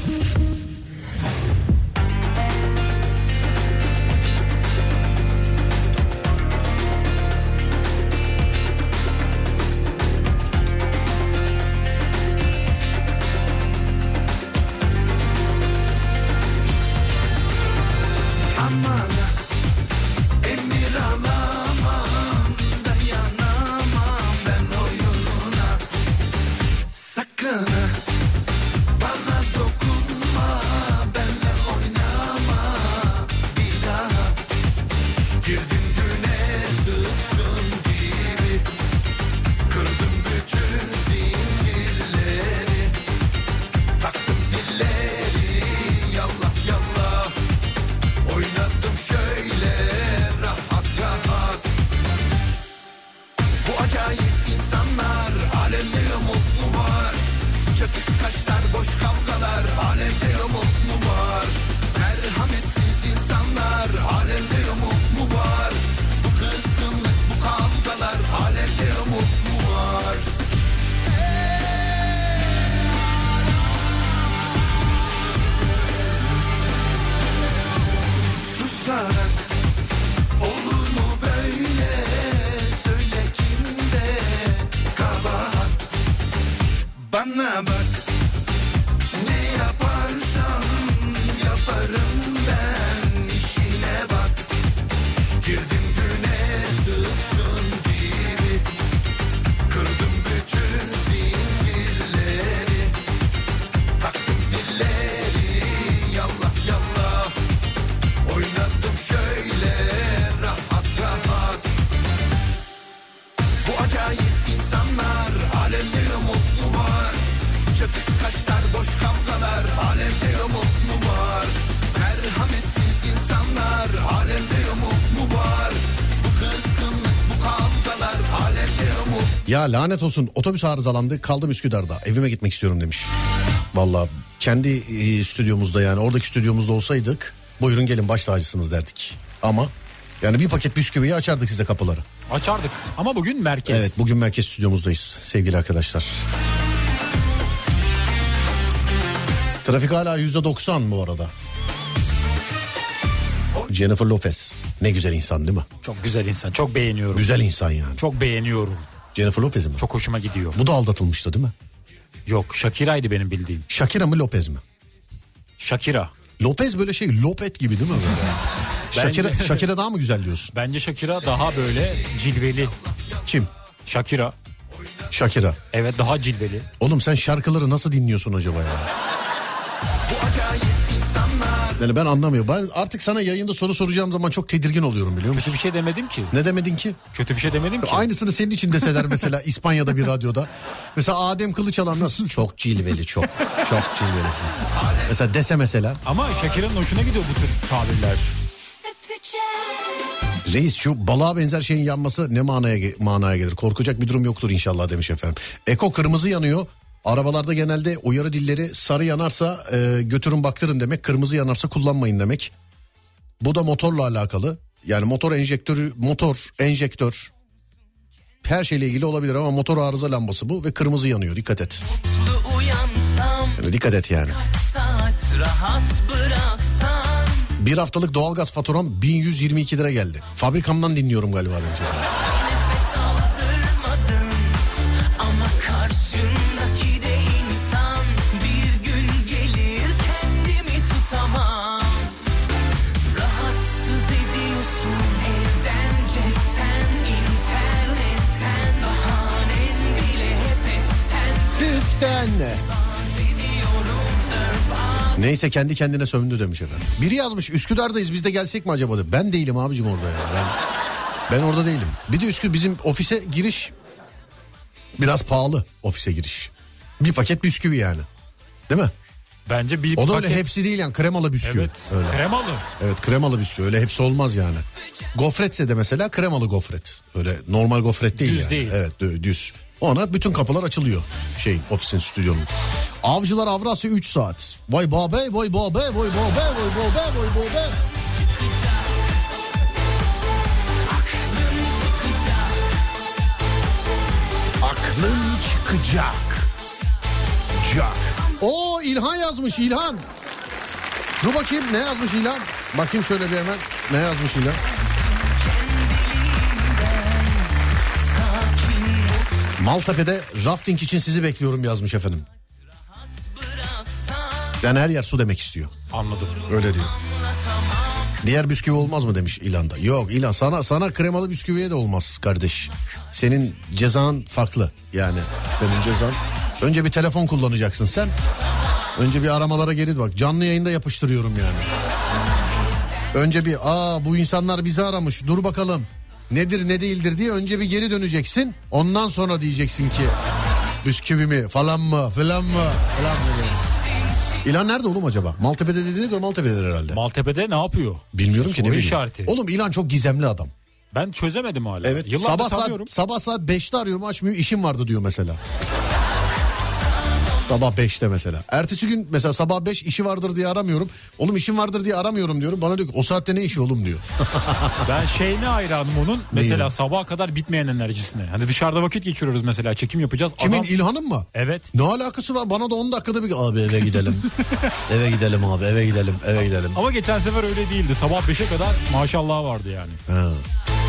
Ya lanet olsun, otobüs arızalandı, kaldım Üsküdar'da, evime gitmek istiyorum demiş. Vallahi kendi e, stüdyomuzda, yani oradaki stüdyomuzda olsaydık buyurun gelin baş tacısınız derdik. Ama yani bir paket bisküviyi açardık size kapıları. Açardık ama bugün merkez. Evet, bugün merkez stüdyomuzdayız sevgili arkadaşlar. Trafik hala yüzde doksan bu arada. Jennifer Lopez ne güzel insan değil mi? Çok güzel insan, çok beğeniyorum. Güzel insan yani. Çok beğeniyorum. Jennifer Lopez mi? Çok hoşuma gidiyor. Bu da aldatılmıştı değil mi? Yok, Shakira'ydı benim bildiğim. Shakira mı Lopez mi? Shakira. Lopez böyle şey Lopet gibi değil mi? Bence... Shakira, Shakira daha mı güzel diyorsun? Bence Shakira daha böyle cilveli. Kim? Shakira. Shakira. Evet, daha cilveli. Oğlum sen şarkıları nasıl dinliyorsun acaba ya? Yani ben anlamıyorum. Ben artık sana yayında soru soracağım zaman çok tedirgin oluyorum, biliyor musun? Kötü bir şey demedim ki. Ne demedin ki? Kötü bir şey demedim ki. Aynısını senin için deseler mesela İspanya'da bir radyoda. Mesela Adem Kılıçalan nasıl? Çok cilveli, çok. Çok cilveli. Mesela dese mesela. Ama Shakira'nın hoşuna gidiyor bu tür tabirler. Reis, şu balığa benzer şeyin yanması ne manaya manaya gelir? Korkacak bir durum yoktur inşallah demiş efendim. Eko kırmızı yanıyor. Arabalarda genelde uyarı dilleri sarı yanarsa e, götürün baktırın demek, kırmızı yanarsa kullanmayın demek. Bu da motorla alakalı. Yani motor enjektörü, motor, enjektör her şeyle ilgili olabilir ama motor arıza lambası bu ve kırmızı yanıyor, dikkat et. Yani dikkat et yani. Bir haftalık doğalgaz faturam bin yüz yirmi iki lira geldi. Fabrikamdan dinliyorum galiba bence. Neyse kendi kendine sövündü demiş efendim. Biri yazmış Üsküdar'dayız, biz de gelsek mi acaba da. Ben değilim abicim orada ya. Ben, ben orada değilim. Bir de Üsküdar, bizim ofise giriş biraz pahalı, ofise giriş. Bir paket bisküvi yani. Değil mi? Bence bir o da paket... öyle hepsi değil yani, kremalı bisküvi. Evet, öyle. Kremalı. Evet, kremalı bisküvi, öyle hepsi olmaz yani. Gofretse de mesela kremalı gofret. Öyle normal gofret değil düz yani. Değil. Evet, düz. Ona bütün kapılar açılıyor şey ofisin, stüdyonun. Avcılar Avrasya üç saat. Vay babe, vay babe, vay babe, vay babe, vay babe. Sıkacak. Jack. Oo, İlhan yazmış, İlhan. Dur bakayım ne yazmış İlhan. Bakayım şöyle bir hemen. Ne yazmış İlhan? Maltepe'de rafting için sizi bekliyorum yazmış efendim. Yani her yer su demek istiyor. Anladım. Öyle diyor. Diğer bisküvi olmaz mı demiş İlhan'da. Yok İlhan, sana sana kremalı bisküviye de olmaz kardeş. Senin cezan farklı yani. Senin cezan. Önce bir telefon kullanacaksın sen. Önce bir aramalara geri bak. Canlı yayında yapıştırıyorum yani. Önce bir aa bu insanlar bizi aramış, dur bakalım nedir ne değildir diye önce bir geri döneceksin. Ondan sonra diyeceksin ki bisküvi mi falan mı falan mı falan mı. İlan nerede oğlum acaba? Maltepe'de dediğine göre Maltepe'dedir herhalde. Maltepe'de ne yapıyor? Bilmiyorum ki, ne Soru bileyim. işareti. Oğlum İlan çok gizemli adam. Ben çözemedim hala. Evet. Yıllardır Sabah tanıyorum. saat, sabah saat beşte arıyorum, açmıyor, işim vardı diyor mesela. Sabah beşte mesela. Ertesi gün mesela sabah beş işi vardır diye aramıyorum. Oğlum işim vardır diye aramıyorum diyorum. Bana diyor ki o saatte ne işi oğlum diyor. Ben şeyine hayranım onun. Mesela Neyine? sabaha kadar bitmeyen enerjisine. Hani dışarıda vakit geçiriyoruz mesela, çekim yapacağız. Kimin, Adam... İlhan'ın mı? Evet. Ne alakası var? Bana da on dakikada bir abi eve gidelim. eve gidelim abi, eve gidelim, eve gidelim. Ama geçen sefer öyle değildi. Sabah beşe kadar maşallah vardı yani. Ha.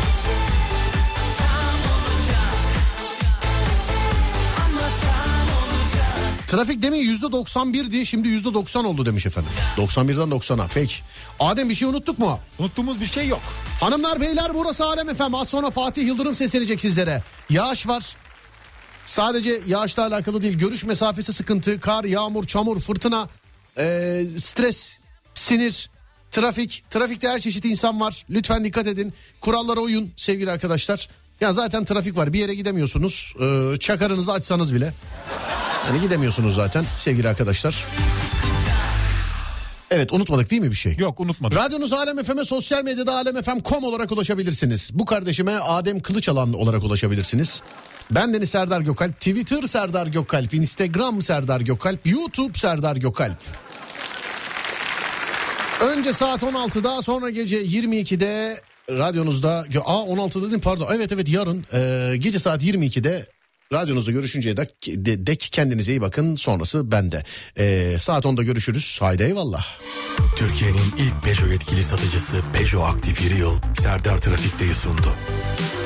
Trafik demin yüzde doksan bir diye şimdi yüzde doksan oldu demiş efendim. doksan birden doksana. Peki. Adem bir şey unuttuk mu? Unuttuğumuz bir şey yok. Hanımlar beyler, burası Alem F M. Az sonra Fatih Yıldırım seslenecek sizlere. Yağış var. Sadece yağışla alakalı değil. Görüş mesafesi sıkıntı. Kar, yağmur, çamur, fırtına, ee, stres, sinir, trafik. Trafikte her çeşit insan var. Lütfen dikkat edin. Kurallara uyun sevgili arkadaşlar. Ya zaten trafik var. Bir yere gidemiyorsunuz. Ee, çakarınızı açsanız bile. Yani gidemiyorsunuz zaten sevgili arkadaşlar. Evet, unutmadık değil mi bir şey? Yok, unutmadık. Radyonuz Alem F M'e, sosyal medyada alem f m nokta com olarak ulaşabilirsiniz. Bu kardeşime Adem Kılıçalan olarak ulaşabilirsiniz. Ben Deniz Serdar Gökalp, Twitter Serdar Gökalp, Instagram Serdar Gökalp, YouTube Serdar Gökalp. Önce saat on altıda, sonra gece yirmi ikide radyonuzda... Aa on altı dedim pardon. Evet evet yarın e, gece saat yirmi ikide... Radyonuzda görüşünceye dek, dek kendinize iyi bakın, sonrası bende. Ee, saat onda görüşürüz. Haydi eyvallah. Türkiye'nin ilk Peugeot yetkili satıcısı Peugeot Aktif İri Yıl Serdar Trafik'teyi sundu.